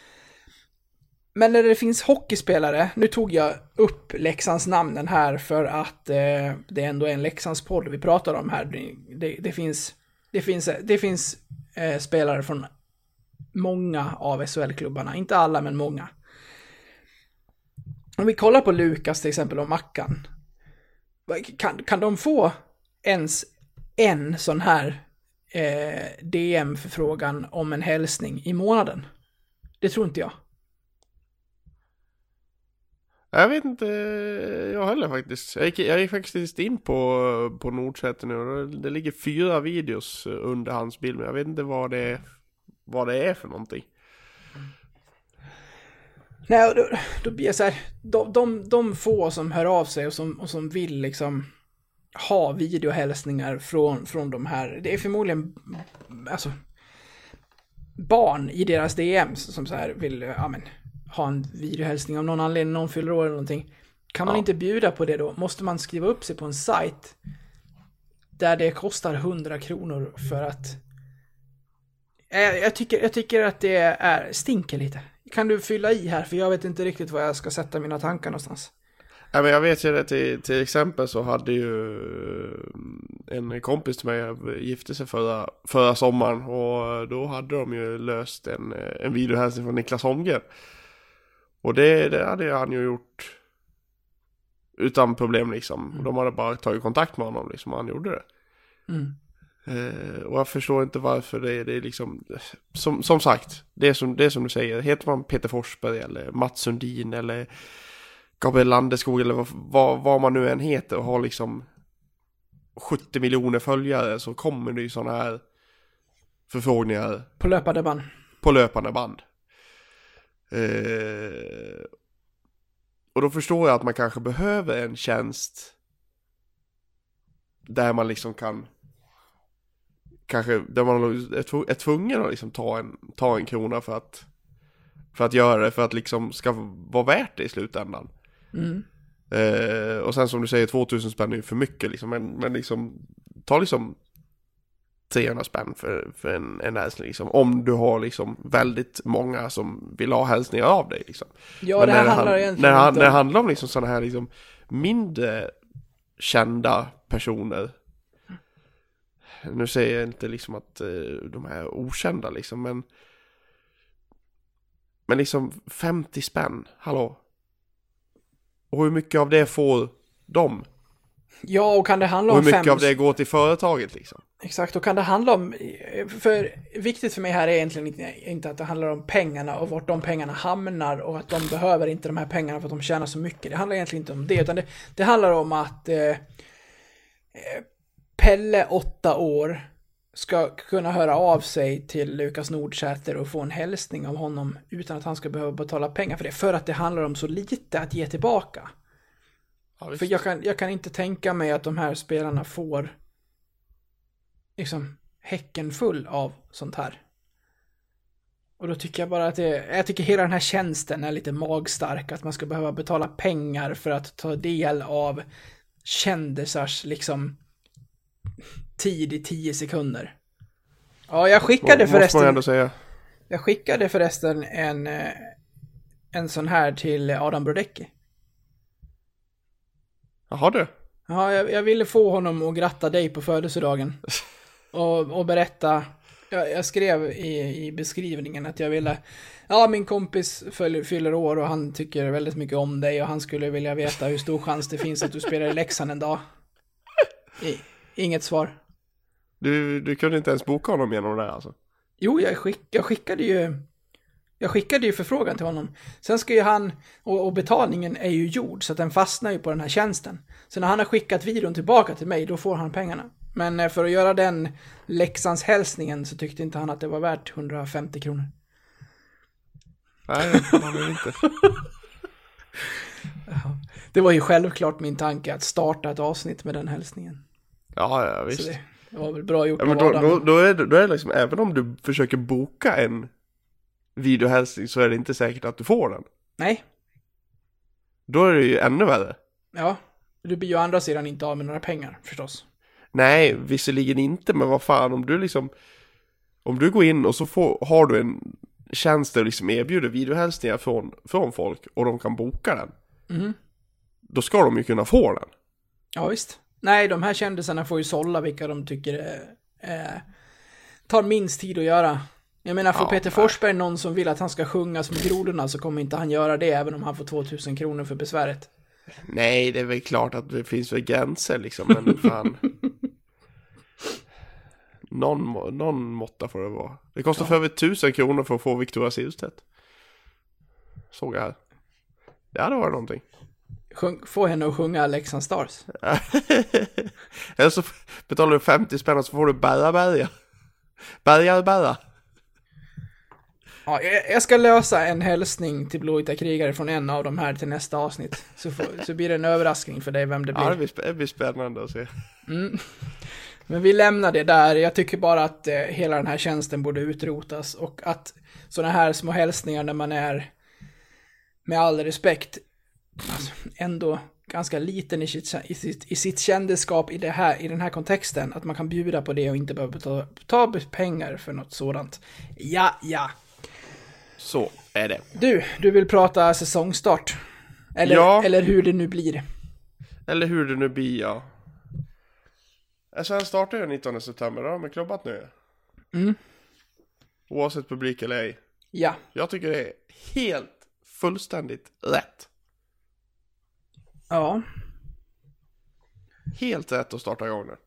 Men när det finns hockeyspelare, nu tog jag upp Leksands namnen här för att det ändå är en Leksandspodd vi pratar om här. Det finns spelare från många av SHL-klubbarna. Inte alla, men många. Om vi kollar på Lukas till exempel och Mackan. Kan de få ens en sån här DM-förfrågan om en hälsning i månaden? Det tror inte jag. Jag vet inte, jag heller faktiskt. Jag gick faktiskt in på Nordsäter nu och det ligger 4 videos under hans bild, men jag vet inte vad det är för någonting. Nej, då blir jag så här, de få som hör av sig och som vill liksom ha videohälsningar från de här, det är förmodligen alltså barn i deras DMs som så här vill ha en videohälsning om någon anledning, någon fyller år eller någonting. Kan man inte bjuda på det då? Måste man skriva upp sig på en sajt där det kostar 100 kronor för att jag tycker att det är stinker lite. Kan du fylla i här? För jag vet inte riktigt var jag ska sätta mina tankar någonstans. Ja, men jag vet ju det, till exempel så hade ju en kompis till mig gifte sig förra sommaren och då hade de ju löst en videohälsning från Niklas Holmgren. Och det hade han ju gjort utan problem liksom. De hade bara tagit kontakt med honom liksom, och han gjorde det. Och jag förstår inte varför det är liksom, som sagt, det är som du säger, heter man Peter Forsberg eller Mats Sundin eller Gabriel Landeskog eller vad man nu än heter och har liksom 70 miljoner följare, så kommer det ju såna här förfrågningar på löpande band. Och då förstår jag att man kanske behöver en tjänst där man liksom kan, kanske där man är tvungen att liksom ta en krona för att göra det, för att liksom ska vara värt det i slutändan. Och sen som du säger, 2000 spänn är ju för mycket liksom, men liksom ta liksom 300 spänn för en hälsning liksom, om du har liksom väldigt många som vill ha hälsningar av dig liksom. Ja, men det här handlar egentligen när det handlar om liksom sådana här liksom mindre kända personer, nu säger jag inte liksom att de är okända liksom, men liksom 50 spänn, hallå. Och hur mycket av det får de? Ja, och kan det handla om hur mycket av det går till företaget liksom? Exakt, och kan det handla om, för viktigt för mig här är egentligen inte att det handlar om pengarna och vart de pengarna hamnar och att de behöver inte de här pengarna för att de tjänar så mycket. Det handlar egentligen inte om det, utan det handlar om att Pelle, 8 år, ska kunna höra av sig till Lukas Nordsäter och få en hälsning av honom utan att han ska behöva betala pengar för det. För att det handlar om så lite att ge tillbaka. Ja, för jag kan inte tänka mig att de här spelarna får liksom häcken full av sånt här. Och då tycker jag bara att jag tycker hela den här tjänsten är lite magstark. Att man ska behöva betala pengar för att ta del av kändisars liksom tid i 10 sekunder. Ja, jag skickade förresten en sån här till Adam Brodecki. Jaha du. Ja, jag ville få honom att gratta dig på födelsedagen. och berätta. Jag skrev i beskrivningen att jag ville, min kompis fyller år och han tycker väldigt mycket om dig och han skulle vilja veta hur stor chans det finns att du spelar i Leksand en dag. Inget svar. Du kunde inte ens boka honom genom det här alltså? Jo, jag skickade ju förfrågan till honom. Sen ska ju han, och betalningen är ju gjord så att den fastnar ju på den här tjänsten. Så när han har skickat videon tillbaka till mig, då får han pengarna. Men för att göra den Leksands hälsningen så tyckte inte han att det var värt 150 kronor. Nej, det var det inte. Det var ju självklart min tanke att starta ett avsnitt med den hälsningen. Ja, visst. Så det var väl bra gjort. Ja, men då är det liksom, även om du försöker boka en videohälsning så är det inte säkert att du får den. Nej. Då är det ju ännu värre. Ja, du blir ju å andra sidan inte av med några pengar förstås. Nej, visserligen inte, men vad fan, om du går in och så har du en tjänst där liksom erbjuder videohälsningar från folk och de kan boka den. Då ska de ju kunna få den. Ja, visst. Nej, de här kändisarna får ju sålla vilka de tycker är tar minst tid att göra. Jag menar, för Peter nej. Forsberg någon som vill att han ska sjunga som grodorna, så kommer inte han göra det även om han får 2000 kronor för besväret. Nej, det är väl klart att det finns väl gränser liksom, men fan. Någon måtta får det vara. Det kostar för över 1000 kronor för att få Victoria Silvstedt. Såg jag här. Det hade varit någonting. Få henne att sjunga Leksand Stars. Eller så betalar du 50 spänn och så får du bärga. Bärga. Ja, jag ska lösa en hälsning till Blåvita krigare från en av de här till nästa avsnitt. Så blir det en överraskning för dig vem det blir. Ja, det blir spännande att se. Men vi lämnar det där. Jag tycker bara att hela den här tjänsten borde utrotas. Och att sådana här små hälsningar när man är, med all respekt, alltså, ändå ganska liten i sitt kändeskap i den här kontexten. Att man kan bjuda på det och inte behöva ta pengar för något sådant. Ja. Så är det. Du vill prata säsongstart. Eller hur det nu blir. Eller hur det nu blir, ja. Alltså han startar ju 19 september, då har de klubbat nu. Oavsett publik eller ej. Ja. Jag tycker det är helt fullständigt rätt. Ja. Helt rätt att starta igång nu.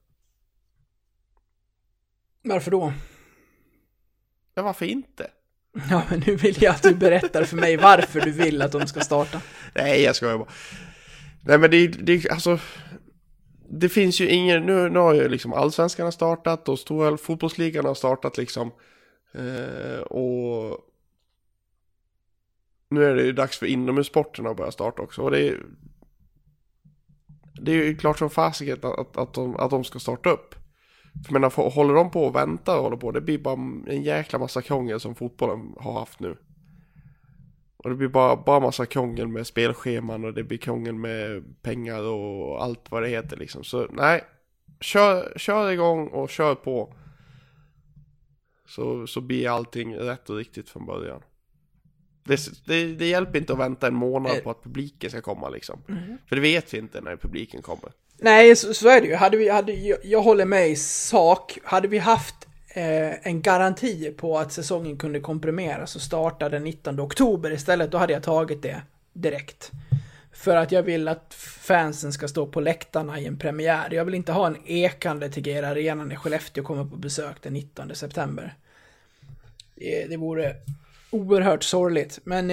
Varför då? Ja, varför inte? Ja, men nu vill jag att du berättar för mig varför du vill att de ska starta. Nej, jag skojar bara. Nej, men det alltså... Det finns ju ingen... Nu har ju liksom allsvenskarna startat och stora fotbollsligan har startat liksom. Och... Nu är det ju dags för inomhussporterna att börja starta också. Och det är ju klart som fasiket att de ska starta upp. För menar, håller de på och väntar och håller på, det blir bara en jäkla massa krångel som fotbollen har haft nu. Och det blir bara massa krångel med spelscheman och det blir krångel med pengar och allt vad det heter liksom. Så nej, kör igång och kör på. Så blir allting rätt och riktigt från början. Det hjälper inte att vänta en månad på att publiken ska komma liksom. För det vet vi inte när publiken kommer. Nej, så är det ju. Jag håller med i sak. Hade vi haft en garanti på att säsongen kunde komprimeras och starta den 19 oktober istället, då hade jag tagit det direkt. För att jag vill att fansen ska stå på läktarna i en premiär. Jag vill inte ha en ekande Tegér Arena när Skellefteå kommer på besök den 19 september. Det vore oerhört sorgligt. Men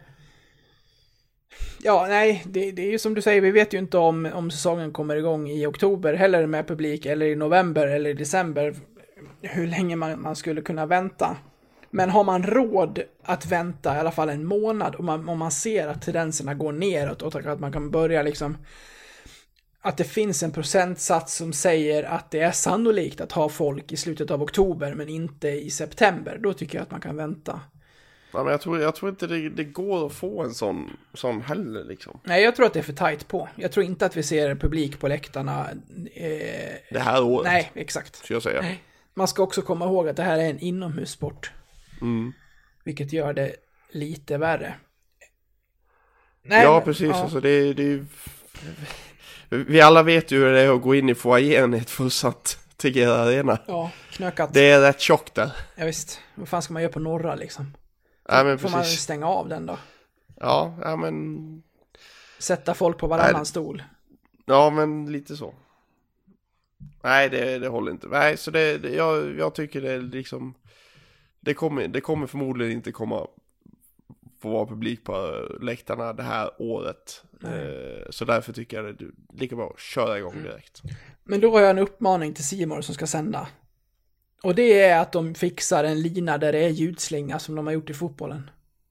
ja, nej, det är ju som du säger, vi vet ju inte om säsongen kommer igång i oktober heller med publik, eller i november eller i december, hur länge man skulle kunna vänta. Men har man råd att vänta i alla fall en månad, om man ser att tendenserna går neråt och att man kan börja liksom, att det finns en procentsats som säger att det är sannolikt att ha folk i slutet av oktober men inte i september, då tycker jag att man kan vänta. Ja, men jag tror inte det går att få en sån heller liksom. Nej, jag tror att det är för tajt på. Jag tror inte att vi ser publik på läktarna. Det här året. Nej, exakt. Så jag säger. Nej. Man ska också komma ihåg att det här är en inomhussport. Vilket gör det lite värre. Nej, ja, precis. Ja. Alltså, det är vi alla vet ju hur det är att gå in i foajén i ett fullsatt Tegér Arena. Ja, knökat. Det är rätt tjockt där. Ja, visst. Vad fan ska man göra på norra liksom? Får man stänga av den då? Ja, men... Sätta folk på varannan stol. Ja, men lite så. Nej, det håller inte. Nej, så jag tycker det är liksom... Det kommer förmodligen inte komma få vara publik på läktarna det här året. Så därför tycker jag det är lika bra att köra igång direkt. Men då har jag en uppmaning till C More som ska sända. Och det är att de fixar en lina där det är ljudslinga som de har gjort i fotbollen.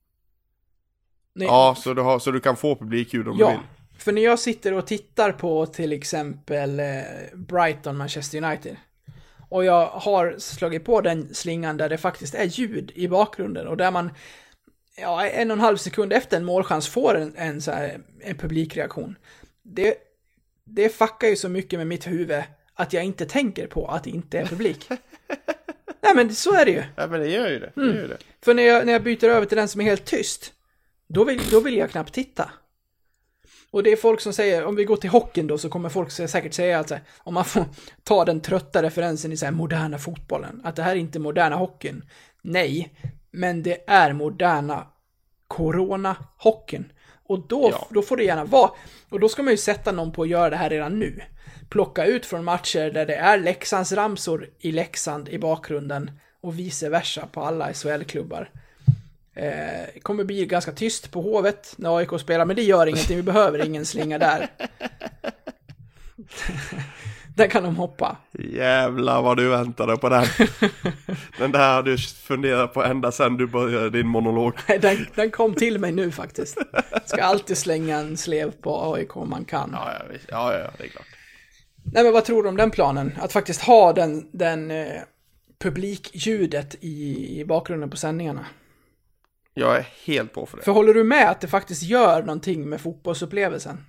Ja, så du kan få publikljud om du vill. För när jag sitter och tittar på till exempel Brighton, Manchester United, och jag har slagit på den slingan där det faktiskt är ljud i bakgrunden och där man 1,5 sekund efter en målchans får en publikreaktion. Det fuckar ju så mycket med mitt huvud att jag inte tänker på att det inte är publik. Nej, men så är det ju. Ja, men det gör ju det. Det gör det. För när jag byter över till den som är helt tyst, då vill jag knappt titta. Och det är folk som säger, om vi går till hockeyn då, så kommer folk säkert säga att om man får ta den trötta referensen i så här moderna fotbollen, att det här är inte moderna hockeyn. Nej, men det är moderna corona-hockeyn. Och då får det gärna vara, och då ska man ju sätta någon på att göra det här redan nu. Plocka ut från matcher där det är Leksands ramsor i Leksand i bakgrunden och vice versa på alla SHL-klubbar. Det kommer bli ganska tyst på Hovet när AIK spelar, men det gör ingenting, vi behöver ingen slinga där. Där kan de hoppa. Jävlar vad du väntade på den. Den där har du funderat på ända sedan du började din monolog. Den kom till mig nu faktiskt. Ska alltid slänga en slev på AIK om man kan. Ja, det är klart. Nej, men vad tror du om den planen? Att faktiskt ha den publikljudet i bakgrunden på sändningarna. Jag är helt på för det. För håller du med att det faktiskt gör någonting med fotbollsupplevelsen?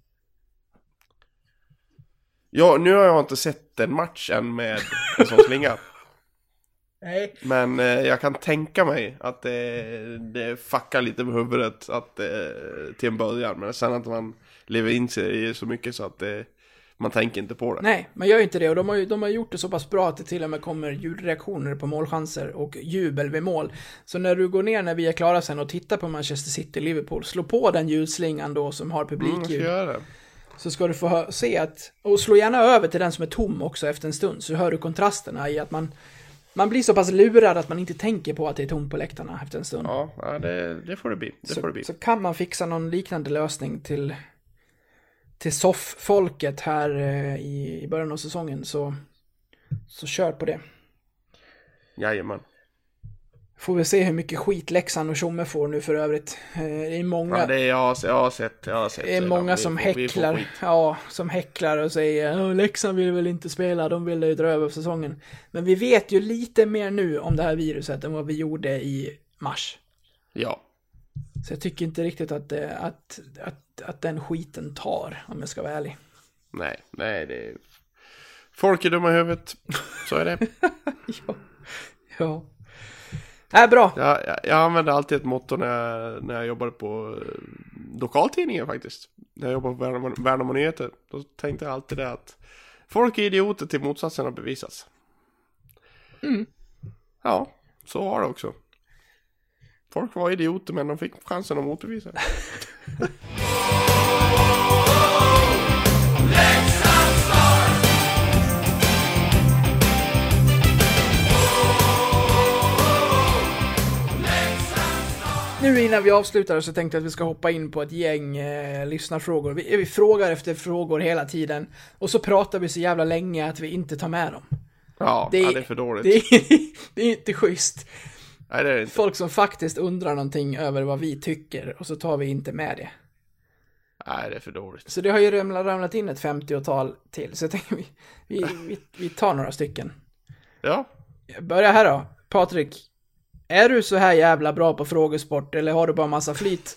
Ja, nu har jag inte sett en match än med en sån slinga. Nej. Men jag kan tänka mig att det fuckar lite med huvudet till en början. Men sen att man lever in sig i så mycket så att man tänker inte på det. Nej, man gör inte det. Och de har gjort det så pass bra att det till och med kommer ljudreaktioner på målchanser och jubel vid mål. Så när du går ner när vi är klara sen och tittar på Manchester City-Liverpool, slå på den ljudslingan då som har publikljud. Så ska du få se att, och slå gärna över till den som är tom också efter en stund, så hör du kontrasterna i att man blir så pass lurad att man inte tänker på att det är tomt på läktarna efter en stund. Ja, det får det bli. Så kan man fixa någon liknande lösning till soff-folket här i början av säsongen, så kör på det. Jajamän. Får vi se hur mycket skit Leksand och Tjomme får nu för övrigt. Det är många. Ja, jag har sett. Det är många som häcklar. Ja, som häcklar och säger Leksand vill väl inte spela, de vill ju dra över säsongen. Men vi vet ju lite mer nu om det här viruset än vad vi gjorde i mars. Ja. Så jag tycker inte riktigt att den skiten tar, om jag ska vara ärlig. Nej, det är... Folk är dumma i huvudet. Så är det. Ja. Bra. Jag använde alltid ett motto när jag jobbade på lokaltidningen faktiskt. När jag jobbade på Värnamo Nyheter. Då tänkte jag alltid det att folk är idioter till motsatsen har bevisats. Mm. Ja, så var det också. Folk var idioter, men de fick chansen att motbevisa. Nu innan vi avslutar så tänkte jag att vi ska hoppa in på ett gäng lyssnarfrågor. Vi frågar efter frågor hela tiden. Och så pratar vi så jävla länge att vi inte tar med dem. Ja, det är för dåligt. Det är inte schysst. Nej, det är det inte. Folk som faktiskt undrar någonting över vad vi tycker och så tar vi inte med det. Nej, det är för dåligt. Så det har ju ramlat in ett 50-tal till. Så jag tänker vi tar några stycken. Ja. Börja här då. Patrik, är du så här jävla bra på frågesport eller har du bara massa flyt?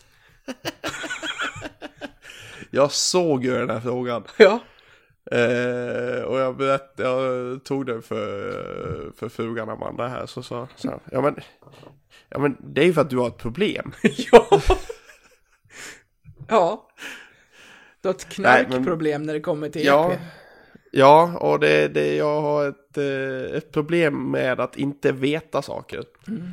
Jag såg ju den här frågan. Ja. Och jag tog den för frugan Amanda här, så sa ja men det är ju för att du har ett problem. Ja. Ja. Du har ett knarkproblem när det kommer till EP. Ja, och jag har ett problem med att inte veta saker.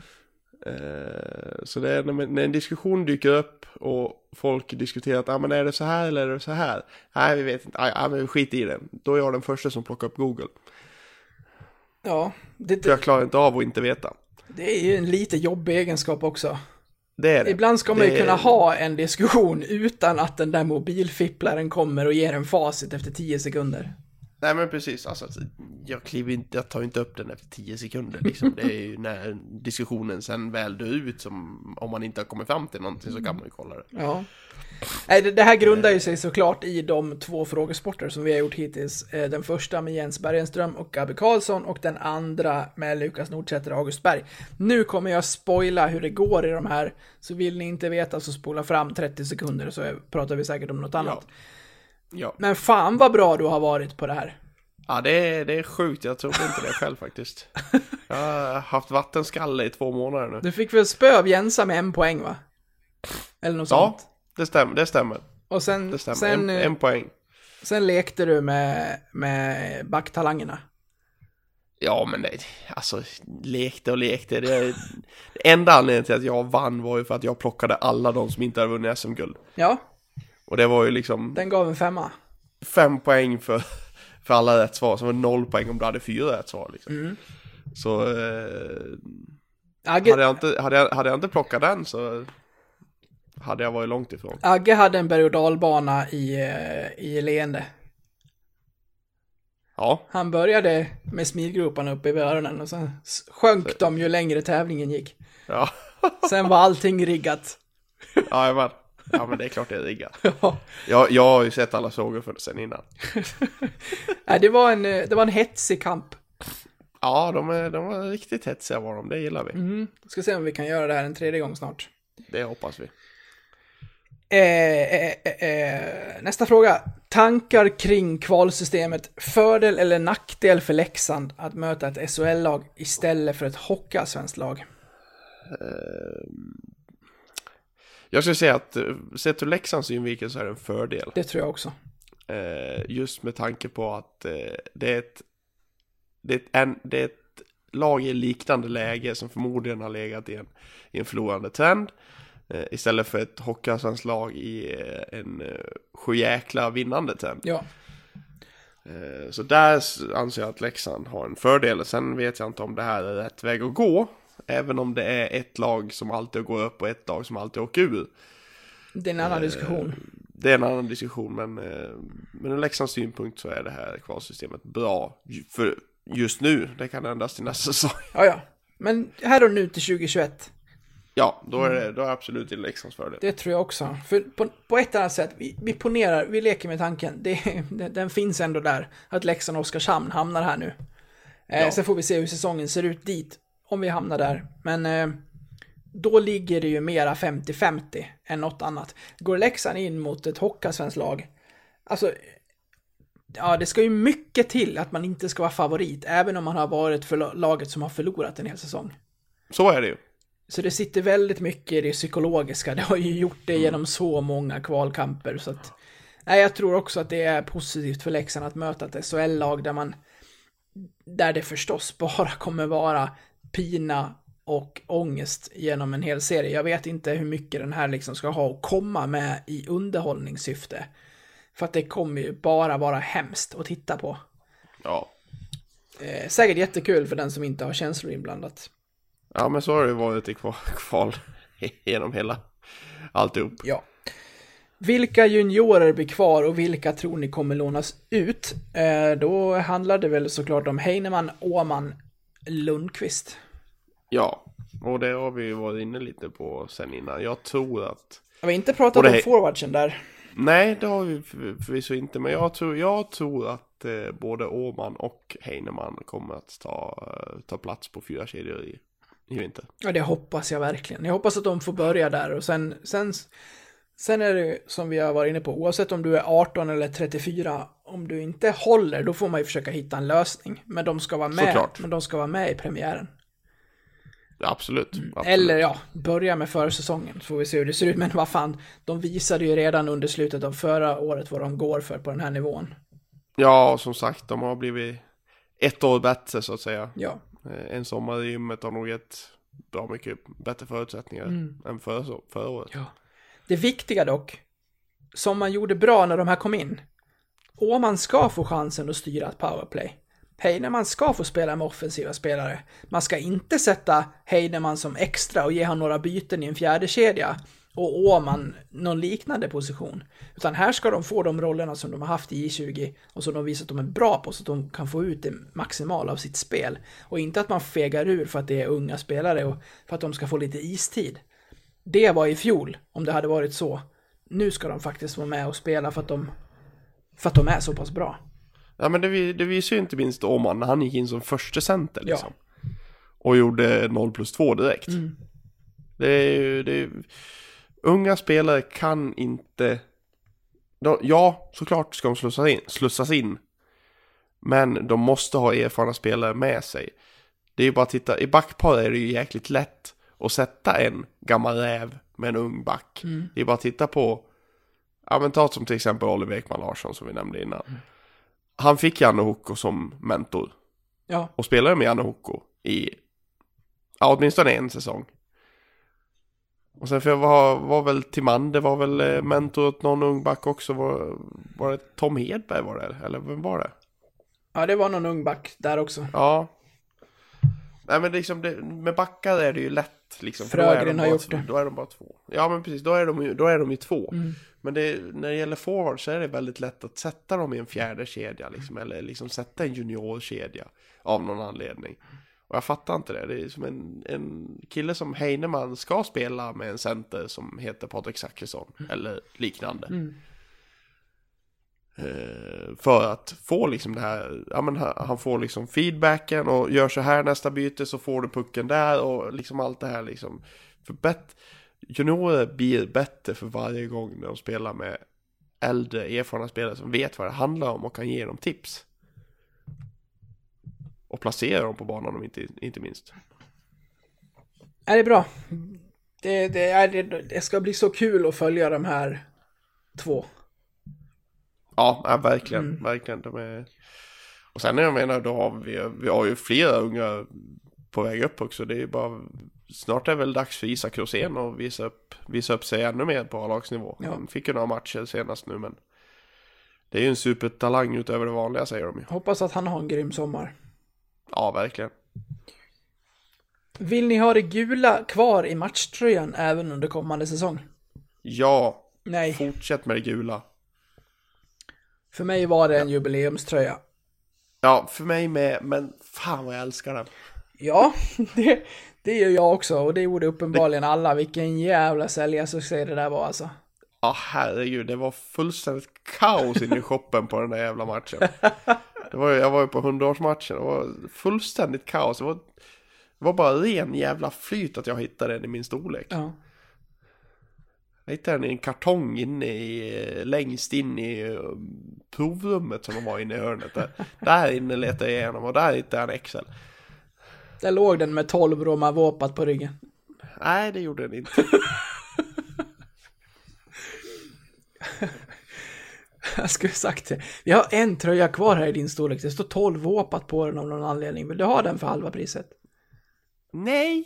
Så det är när en diskussion dyker upp och folk diskuterar att men är det så här eller är det så här? Nej, vi vet inte. Men skit i det. Då är jag den första som plockar upp Google. Ja. För jag klarar inte av att inte veta. Det är ju en lite jobbig egenskap också. Det är det. Ibland ska man ju kunna ha en diskussion utan att den där mobilfipplaren kommer och ger en facit efter 10 sekunder. Nej, men precis, alltså, jag tar inte upp den efter 10 sekunder liksom. Det är ju när diskussionen sen väl dör ut, som om man inte har kommit fram till någonting så kan man ju kolla det. Ja. Det här grundar ju sig såklart i de 2 frågesporter som vi har gjort hittills. Den första med Jens Bergenström och Gabi Karlsson och den andra med Lukas Nordsäter och August Berg. Nu kommer jag spoila hur det går i de här, så vill ni inte veta så spola fram 30 sekunder så pratar vi säkert om något annat. Ja. Men fan vad bra du har varit på det här. Ja, det är sjukt. Jag tror inte det själv faktiskt. Jag har haft vattenskalle i 2 månader nu. Du fick väl spö av Jensa med 1 poäng, va? Eller något sånt. Ja, det stämmer. Och sen, Det stämmer, en poäng. Sen lekte du med backtalangerna. Ja, men det, alltså lekte. Det enda anledningen till att jag vann var ju för att jag plockade alla de som inte hade vunnit SM-guld. Ja. Och det var ju liksom... Den gav en 5. 5 poäng för alla rätt svar. Så var 0 poäng om du hade 4 rätt svar liksom. Så hade jag inte plockat den så hade jag varit långt ifrån. Agge hade en berg- och dalbana i leende. Ja. Han började med smilgroparna uppe i öronen och sen sjönk de ju längre tävlingen gick. Ja. Sen var allting riggat. Ja, men det är klart det är riggat. Ja. Jag har ju sett alla frågor för det sen innan. Nej, det var en hetsig kamp. Ja, de var riktigt hetsiga var de, det gillar vi. Ska se om vi kan göra det här en 3:e gång snart. Det hoppas vi. Nästa fråga. Tankar kring kvalsystemet. Fördel eller nackdel för Leksand att möta ett SHL-lag istället för ett hockeyallsvenskt lag? Jag skulle säga att sett ur Leksands synvinkel så är det en fördel. Det tror jag också. Just med tanke på att det är ett lag i liknande läge som förmodligen har legat i en förlorande trend. Istället för ett hockeyallsvenskt lag i en sjujäkla vinnande trend. Ja. Så där anser jag att Leksand har en fördel. Sen vet jag inte om det här är rätt väg att gå. Även om det är ett lag som alltid går upp och ett lag som alltid åker ur. Det är en annan diskussion. Det är en annan diskussion, men ur Leksands synpunkt så är det här kvalsystemet bra. För just nu, det kan ändras till nästa säsong. Ja. Men här och nu till 2021. Ja, då är det absolut i Leksands fördel. Det tror jag också. För på ett annat sätt, vi leker med tanken. Den finns ändå där. Att Leksand och Oskarshamn hamnar här nu. Sen får vi se hur säsongen ser ut dit. Om vi hamnar där. Men då ligger det ju mera 50-50 än något annat. Går Leksand in mot ett hockeyallsvenskt lag. Alltså, ja, det ska ju mycket till att man inte ska vara favorit. Även om man har varit för laget som har förlorat en hel säsong. Så är det ju. Så det sitter väldigt mycket i det psykologiska. Det har ju gjort det genom så många kvalkamper. Så att, jag tror också att det är positivt för Leksand att möta ett SHL-lag där det förstås bara kommer vara pina och ångest genom en hel serie. Jag vet inte hur mycket den här liksom ska ha och komma med i underhållningssyfte. För att det kommer ju bara vara hemskt att titta på. Ja. Säkert jättekul för den som inte har känslor inblandat. Ja, men så har det varit i kval genom hela alltihop. Ja. Vilka juniorer blir kvar och vilka tror ni kommer lånas ut? Då handlar det väl såklart om Heineman, Åman, Lundqvist. Ja, och det har vi varit inne lite på sen innan. Jag tror att... Jag har inte pratat om forwardsen där. Nej, det har vi förvisso inte. Men jag tror att både Åman och Heineman kommer att ta plats på 4 kedjor i vinter. Ja, det hoppas jag verkligen. Jag hoppas att de får börja där. Och sen är det som vi har varit inne på. Oavsett om du är 18 eller 34. Om du inte håller, då får man ju försöka hitta en lösning. Men de ska vara med. Såklart. Men de ska vara med i premiären. Absolut. Eller börja med försäsongen så får vi se hur det ser ut. Men vad fan, de visade ju redan under slutet av förra året vad de går för på den här nivån. Ja, som sagt, de har blivit ett år bättre så att säga. Ja. En sommar i gymmet har nog gett bra mycket bättre förutsättningar än förra året. Ja. Det viktiga dock, som man gjorde bra när de här kom in, Åman ska få chansen att styra ett powerplay. Heineman ska få spela med offensiva spelare. Man ska inte sätta Heineman som extra och ge han några byten i en fjärde kedja och Åman någon liknande position. Utan här ska de få de rollerna som de har haft i I20 och som de visat att de är bra på så att de kan få ut det maximala av sitt spel. Och inte att man fegar ur för att det är unga spelare och för att de ska få lite istid. Det var i fjol, om det hade varit så. Nu ska de faktiskt vara med och spela för att de är så pass bra. Ja, men det visar ju inte minst Åman när han gick in som första center liksom. Ja. Och gjorde 0+2 direkt. Det är unga spelare kan inte... Ja, såklart ska de slussas in. Men de måste ha erfarna spelare med sig. Det är ju bara att titta, i backpar är det ju jäkligt lätt att sätta en gammal räv med en ung back. Det är bara att titta på Ja, men ta som till exempel Oliver Ekman Larsson som vi nämnde innan. Han fick Janne Hoko som mentor. Ja. Och spelade med Janne Hoko i åtminstone en säsong. Och sen för var väl Timander var väl mentor åt någon ung back också. Var det Tom Hedberg var det? Eller vem var det? Ja, det var någon ung back där också. Ja. Nej, men liksom med backar är det ju lätt. Liksom, Frögren har gjort det. Då är de bara två. Ja, men precis. Då är de ju två. Mm. Men när det gäller forward så är det väldigt lätt att sätta dem i en fjärde kedja. Liksom, eller liksom sätta en juniorkedja av någon anledning. Och jag fattar inte det. Det är som en kille som Heinemann ska spela med en center som heter Patrik Zackrisson. Eller liknande. Mm. För att få liksom det här, ja, men han får liksom feedbacken och gör så här nästa byte så får du pucken där och liksom allt det här liksom. För juniorer blir bättre för varje gång när de spelar med äldre erfarna spelare som vet vad det handlar om och kan ge dem tips. Och placera dem på banan om inte minst. Är det bra? Det ska bli så kul att följa de här två. Ja, verkligen. Verkligen. Och sen jag menar, då har vi har ju flera unga på väg upp också. Det är ju bara, snart är väl dags för Isak Rosén att visa upp sig ännu mer på A-lagsnivå. Ja. Han fick ju några matcher senast nu, men det är ju en supertalang utöver det vanliga, säger de ju. Hoppas att han har en grym sommar. Ja, verkligen. Vill ni ha det gula kvar i matchtröjan även under kommande säsong? Ja. Nej. Fortsätt med det gula. För mig var det en jubileumströja. Ja, för mig med, men fan vad jag älskar den. Ja, det gör jag också. Och det gjorde uppenbarligen alla. Vilken jävla säljarsuccé det där var alltså. Ja, herregud. Det var fullständigt kaos inne i shoppen på den där jävla matchen. Jag var ju på 100-årsmatchen. Det var fullständigt kaos. Det var bara ren jävla flyt att jag hittade den i min storlek. Ja. Jag hittade den i en kartong längst in i provrummet som de var inne i hörnet. Där inne letade jag igenom och där hittade jag en XL. Där låg den med 12 Roma våpat på ryggen. Nej, det gjorde den inte. Jag skulle sagt det. Vi har en tröja kvar här i din storlek. Det står 12 våpat på den av någon anledning. Vill du ha den för halva priset? Nej.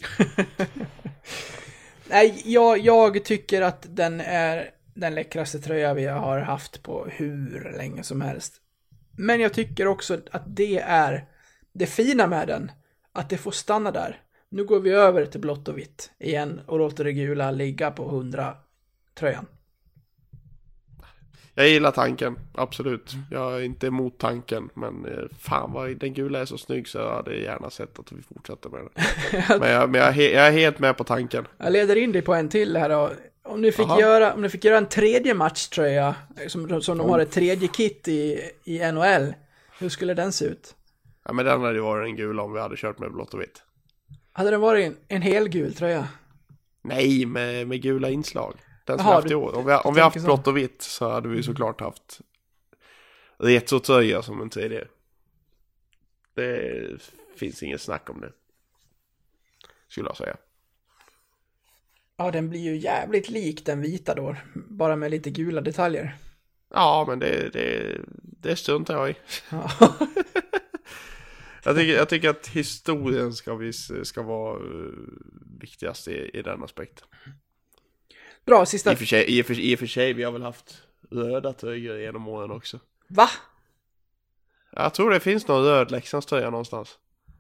Nej, jag tycker att den är den läckraste tröja vi har haft på hur länge som helst. Men jag tycker också att det är det fina med den. Att det får stanna där. Nu går vi över till blått och vitt igen och låter det gula ligga på 100-tröjan. Jag gillar tanken, absolut. Jag är inte emot tanken, men fan vad den gula är så snygg så jag hade gärna sett att vi fortsätter med den. Men jag är helt med på tanken. Jag leder in dig på en till här då. Om ni fick göra en tredje matchtröja som de har ett tredje kit i NHL, hur skulle den se ut? Ja, men den hade ju varit en gul om vi hade kört med blått och vitt. Hade den varit en hel gul tröja? Nej, med gula inslag. Den som vi haft i år. Om vi haft blått och vitt så hade vi såklart haft retro-tröja som en tredje. Det finns ingen snack om det, skulle jag säga. Ja, den blir ju jävligt lik den vita då. Bara med lite gula detaljer. Ja, men det struntar jag i. Ja. Jag tycker att historien ska vara viktigast i den aspekten. Bra, sista. I och för sig, vi har väl haft röda tröjor genom åren också. Va? Jag tror det finns någon röd Leksandströja någonstans.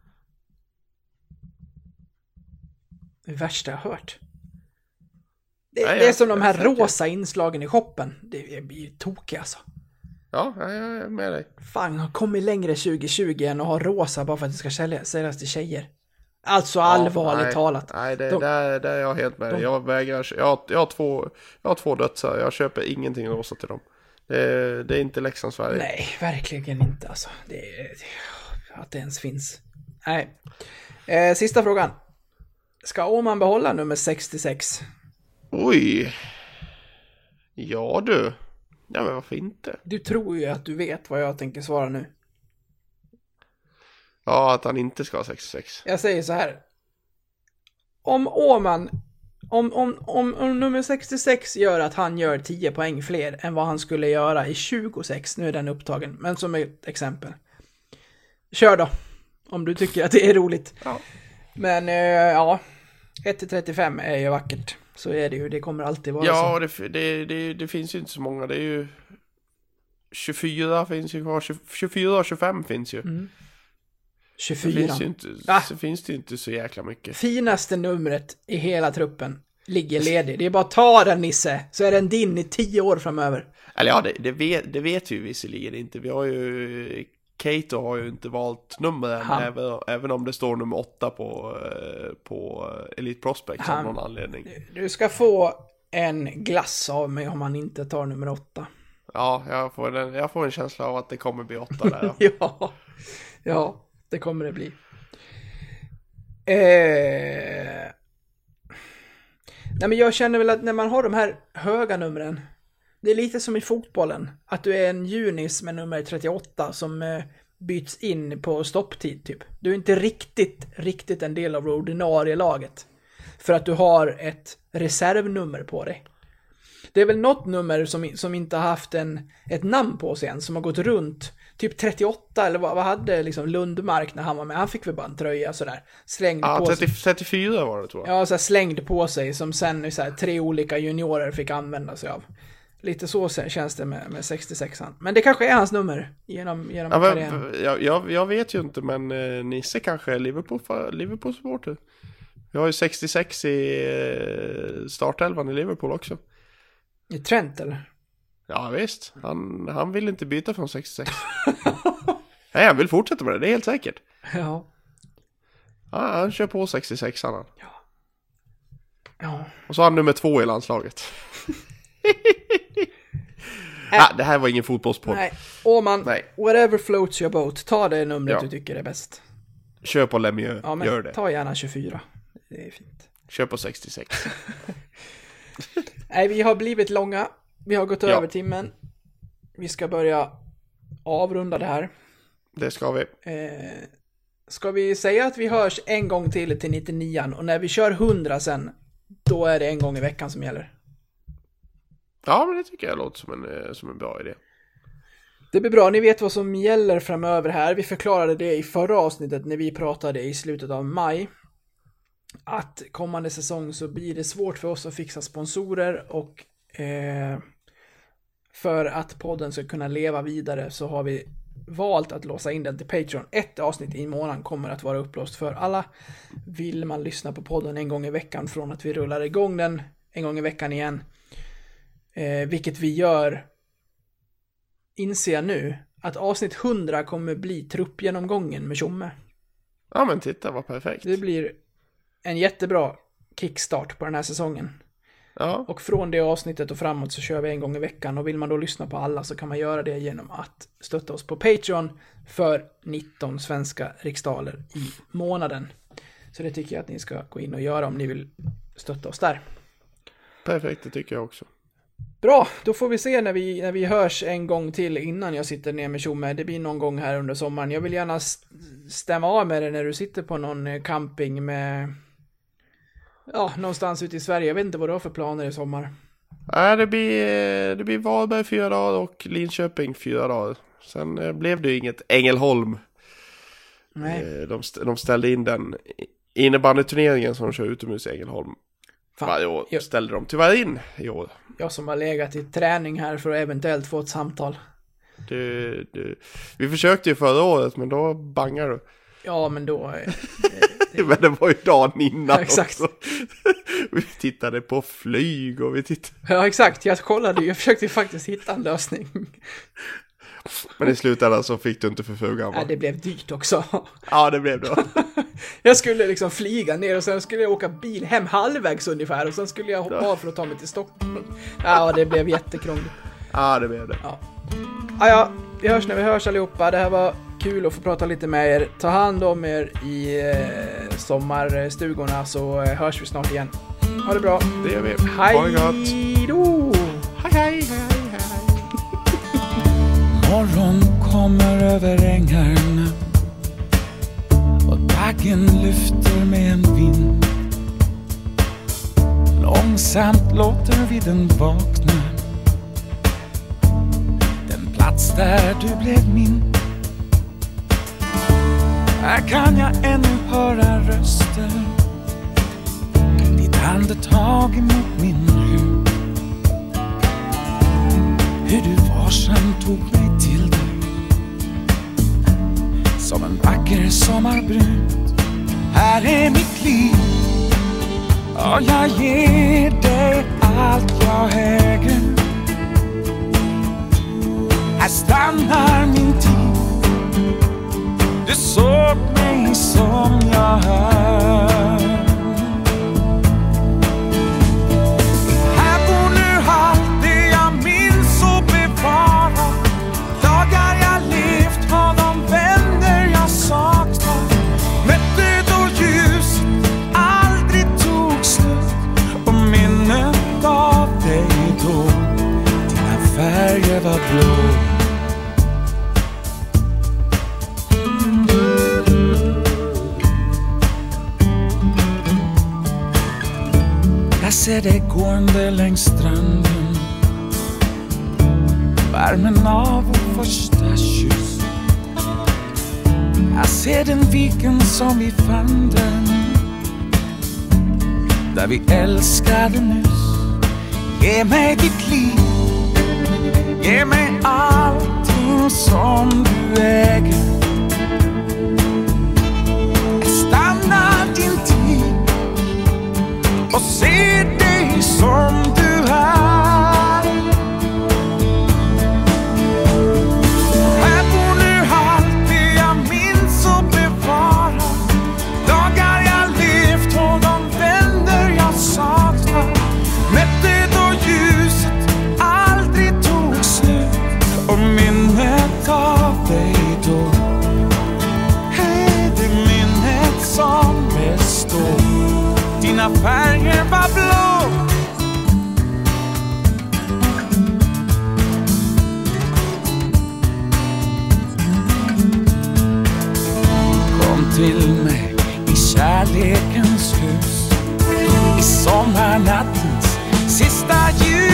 Det värsta jag hört. Det är som de här rosa inslagen i shoppen. Det blir tokigt alltså. Ja, jag är med dig. Fan, har kommit längre 2020 än att ha rosa bara för att det ska säljas till tjejer. Alltså allvarligt talat. Nej, det är jag helt med dig. Jag vägrar. Jag har två dödsar. Jag köper ingenting rosa till dem. Det är inte Leksands Sverige. Nej, verkligen inte alltså. Att det ens finns. Nej. Sista frågan. Ska Åman behålla nummer 66? Oj. Ja du. Ja, men varför inte? Du tror ju att du vet vad jag tänker svara nu. Ja, att han inte ska ha 66. Jag säger så här. Om Åman Om nummer 66 gör att han gör 10 poäng fler än vad han skulle göra i 26, nu är den upptagen, men som ett exempel. Kör då, om du tycker att det är roligt. Ja. Men ja, 1-35 är ju vackert. Så är det ju, det kommer alltid vara så. Ja, det finns ju inte så många, det är ju 24 finns ju kvar, 24 och 25 finns ju. 24. Det finns ju inte, så finns det ju inte så jäkla mycket. Finaste numret i hela truppen ligger ledig. Det är bara att ta den, Nisse, så är den din i 10 år framöver. Eller ja, det vet vi visserligen inte. Vi har ju, Kato har ju inte valt nummer även om det står nummer 8 på Elite Prospect av någon anledning. Du ska få en glass av mig om han inte tar nummer 8. Ja, jag får en känsla av att det kommer bli 8 där. Ja, det kommer det bli. Nej, men jag känner väl att när man har de här höga numren, det är lite som i fotbollen, att du är en junis med nummer 38 som byts in på stopptid typ. Du är inte riktigt en del av det ordinarie laget för att du har ett reservnummer på dig. Det är väl något nummer som inte har haft ett namn på sig än, som har gått runt. Typ 38, eller vad hade liksom Lundmark när han var med? Han fick väl bara en tröja sådär. Slängd på sig. 34 var det, tror jag. Ja, så slängd på sig, som sen så här, 3 olika juniorer fick använda sig av. Lite så känns det med 66an. Men det kanske är hans nummer genom karriären. Jag vet ju inte, men Nisse kanske är Liverpool-supporter. Vi har ju 66 i startelvan i Liverpool också. I Trent, eller? Ja, visst. Han vill inte byta från 66. Nej, han vill fortsätta med det är helt säkert. Ja, han kör på 66 han. Ja. Och så har han nummer 2 i landslaget. Det här var ingen fotbollspodd. Nej, Åman, whatever floats your boat. Ta det numret du tycker är bäst. Kör på Lemieux, gör det. Ta gärna 24. Det är fint. Kör på 66. Nej, vi har blivit långa. Vi har gått över timmen. Vi ska börja avrunda det här. Det ska vi. Ska vi säga att vi hörs en gång till 99an, och när vi kör 100 sen, då är det en gång i veckan som gäller. Ja, men det tycker jag låter som en bra idé. Det blir bra, ni vet vad som gäller framöver här. Vi förklarade det i förra avsnittet när vi pratade i slutet av maj. Att kommande säsong så blir det svårt för oss att fixa sponsorer, och för att podden ska kunna leva vidare så har vi valt att låsa in den till Patreon. 1 avsnitt i månaden kommer att vara upplåst för alla. Vill man lyssna på podden en gång i veckan från att vi rullar igång den en gång i veckan igen, vilket vi gör, inser jag nu att avsnitt 100 kommer bli truppgenomgången med Tjomme. Ja, men titta, vad perfekt. Det blir en jättebra kickstart på den här säsongen. Ja. Och från det avsnittet och framåt så kör vi en gång i veckan, och vill man då lyssna på alla så kan man göra det genom att stötta oss på Patreon för 19 svenska riksdaler i månaden. Så det tycker jag att ni ska gå in och göra om ni vill stötta oss där. Perfekt, det tycker jag också. Bra, då får vi se när vi hörs en gång till innan jag sitter ner med Tjomme. Det blir någon gång här under sommaren. Jag vill gärna stämma av med det när du sitter på någon camping med... Ja, någonstans ute i Sverige. Jag vet inte vad du har för planer i sommar. Nej, det blir Varberg 4 dagar och Linköping 4 dagar. Sen blev det ju inget Ängelholm. Nej. De ställde in den innebandyturneringen som de kör utomhus i Ängelholm. Varje år ställde de tyvärr in i år. Jag som har legat i träning här för att eventuellt få ett samtal. Vi försökte ju förra året, men då bangar du. Ja, men då... Men det var ju dagen innan exakt. Också. Vi tittade på flyg och vi tittade... Ja, exakt. Jag försökte faktiskt hitta en lösning. Men i slutändan så fick du inte förfrågan, va? Nej, det blev dyrt också. Ja, det blev det. Jag skulle liksom flyga ner och sen skulle jag åka bil hem halvvägs ungefär. Och sen skulle jag hoppa av för att ta mig till Stockholm. Ja, det blev jättekrångligt. Ja, det blev det. Ja, vi hörs när vi hörs allihopa. Det här var kul att få prata lite med er. Ta hand om er i sommarstugorna, så hörs vi snart igen. Ha det bra. Det gör vi. Hej ha det gott. Då. Hej. Morgon kommer över ängarna och dagen lyfter med en vind. långsamt låter vinden vakna. Den plats där du blev min. Här kan jag ännu höra röster. Ditt andetag emot min hud. Hur du varsamt tog mig till dig. Som en vacker sommarbrud. Här är mitt liv. Och jag ger dig allt jag äger. Här stannar min tid. Du såg mig som jag är. Här bor nu allt det jag minns och bevarar. Dagar jag levt, har de vänner jag saknar. Mötte då ljuset aldrig tog slut. Och minnet av dig då. Dina färger var blå. Jag ser dig gående längs stranden. Värmen av vår första kyss. Jag ser den viken som vi fann den. Där vi älskade nyss. Ge mig ditt liv. Ge mig allting som du äger. Stanna din tid. Och se dig som du är. Här bor nu allt det jag minns och bevarar. Dagar jag levt och de vänner jag saknar. Mötte då ljuset aldrig tog slut. Och minnet av dig då. Hej, det minnet som består. Dina färger var blå. Kom till mig i kärlekens hus. I sommarnattens sista ljus.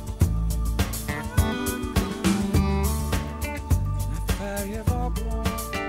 Färger var blå.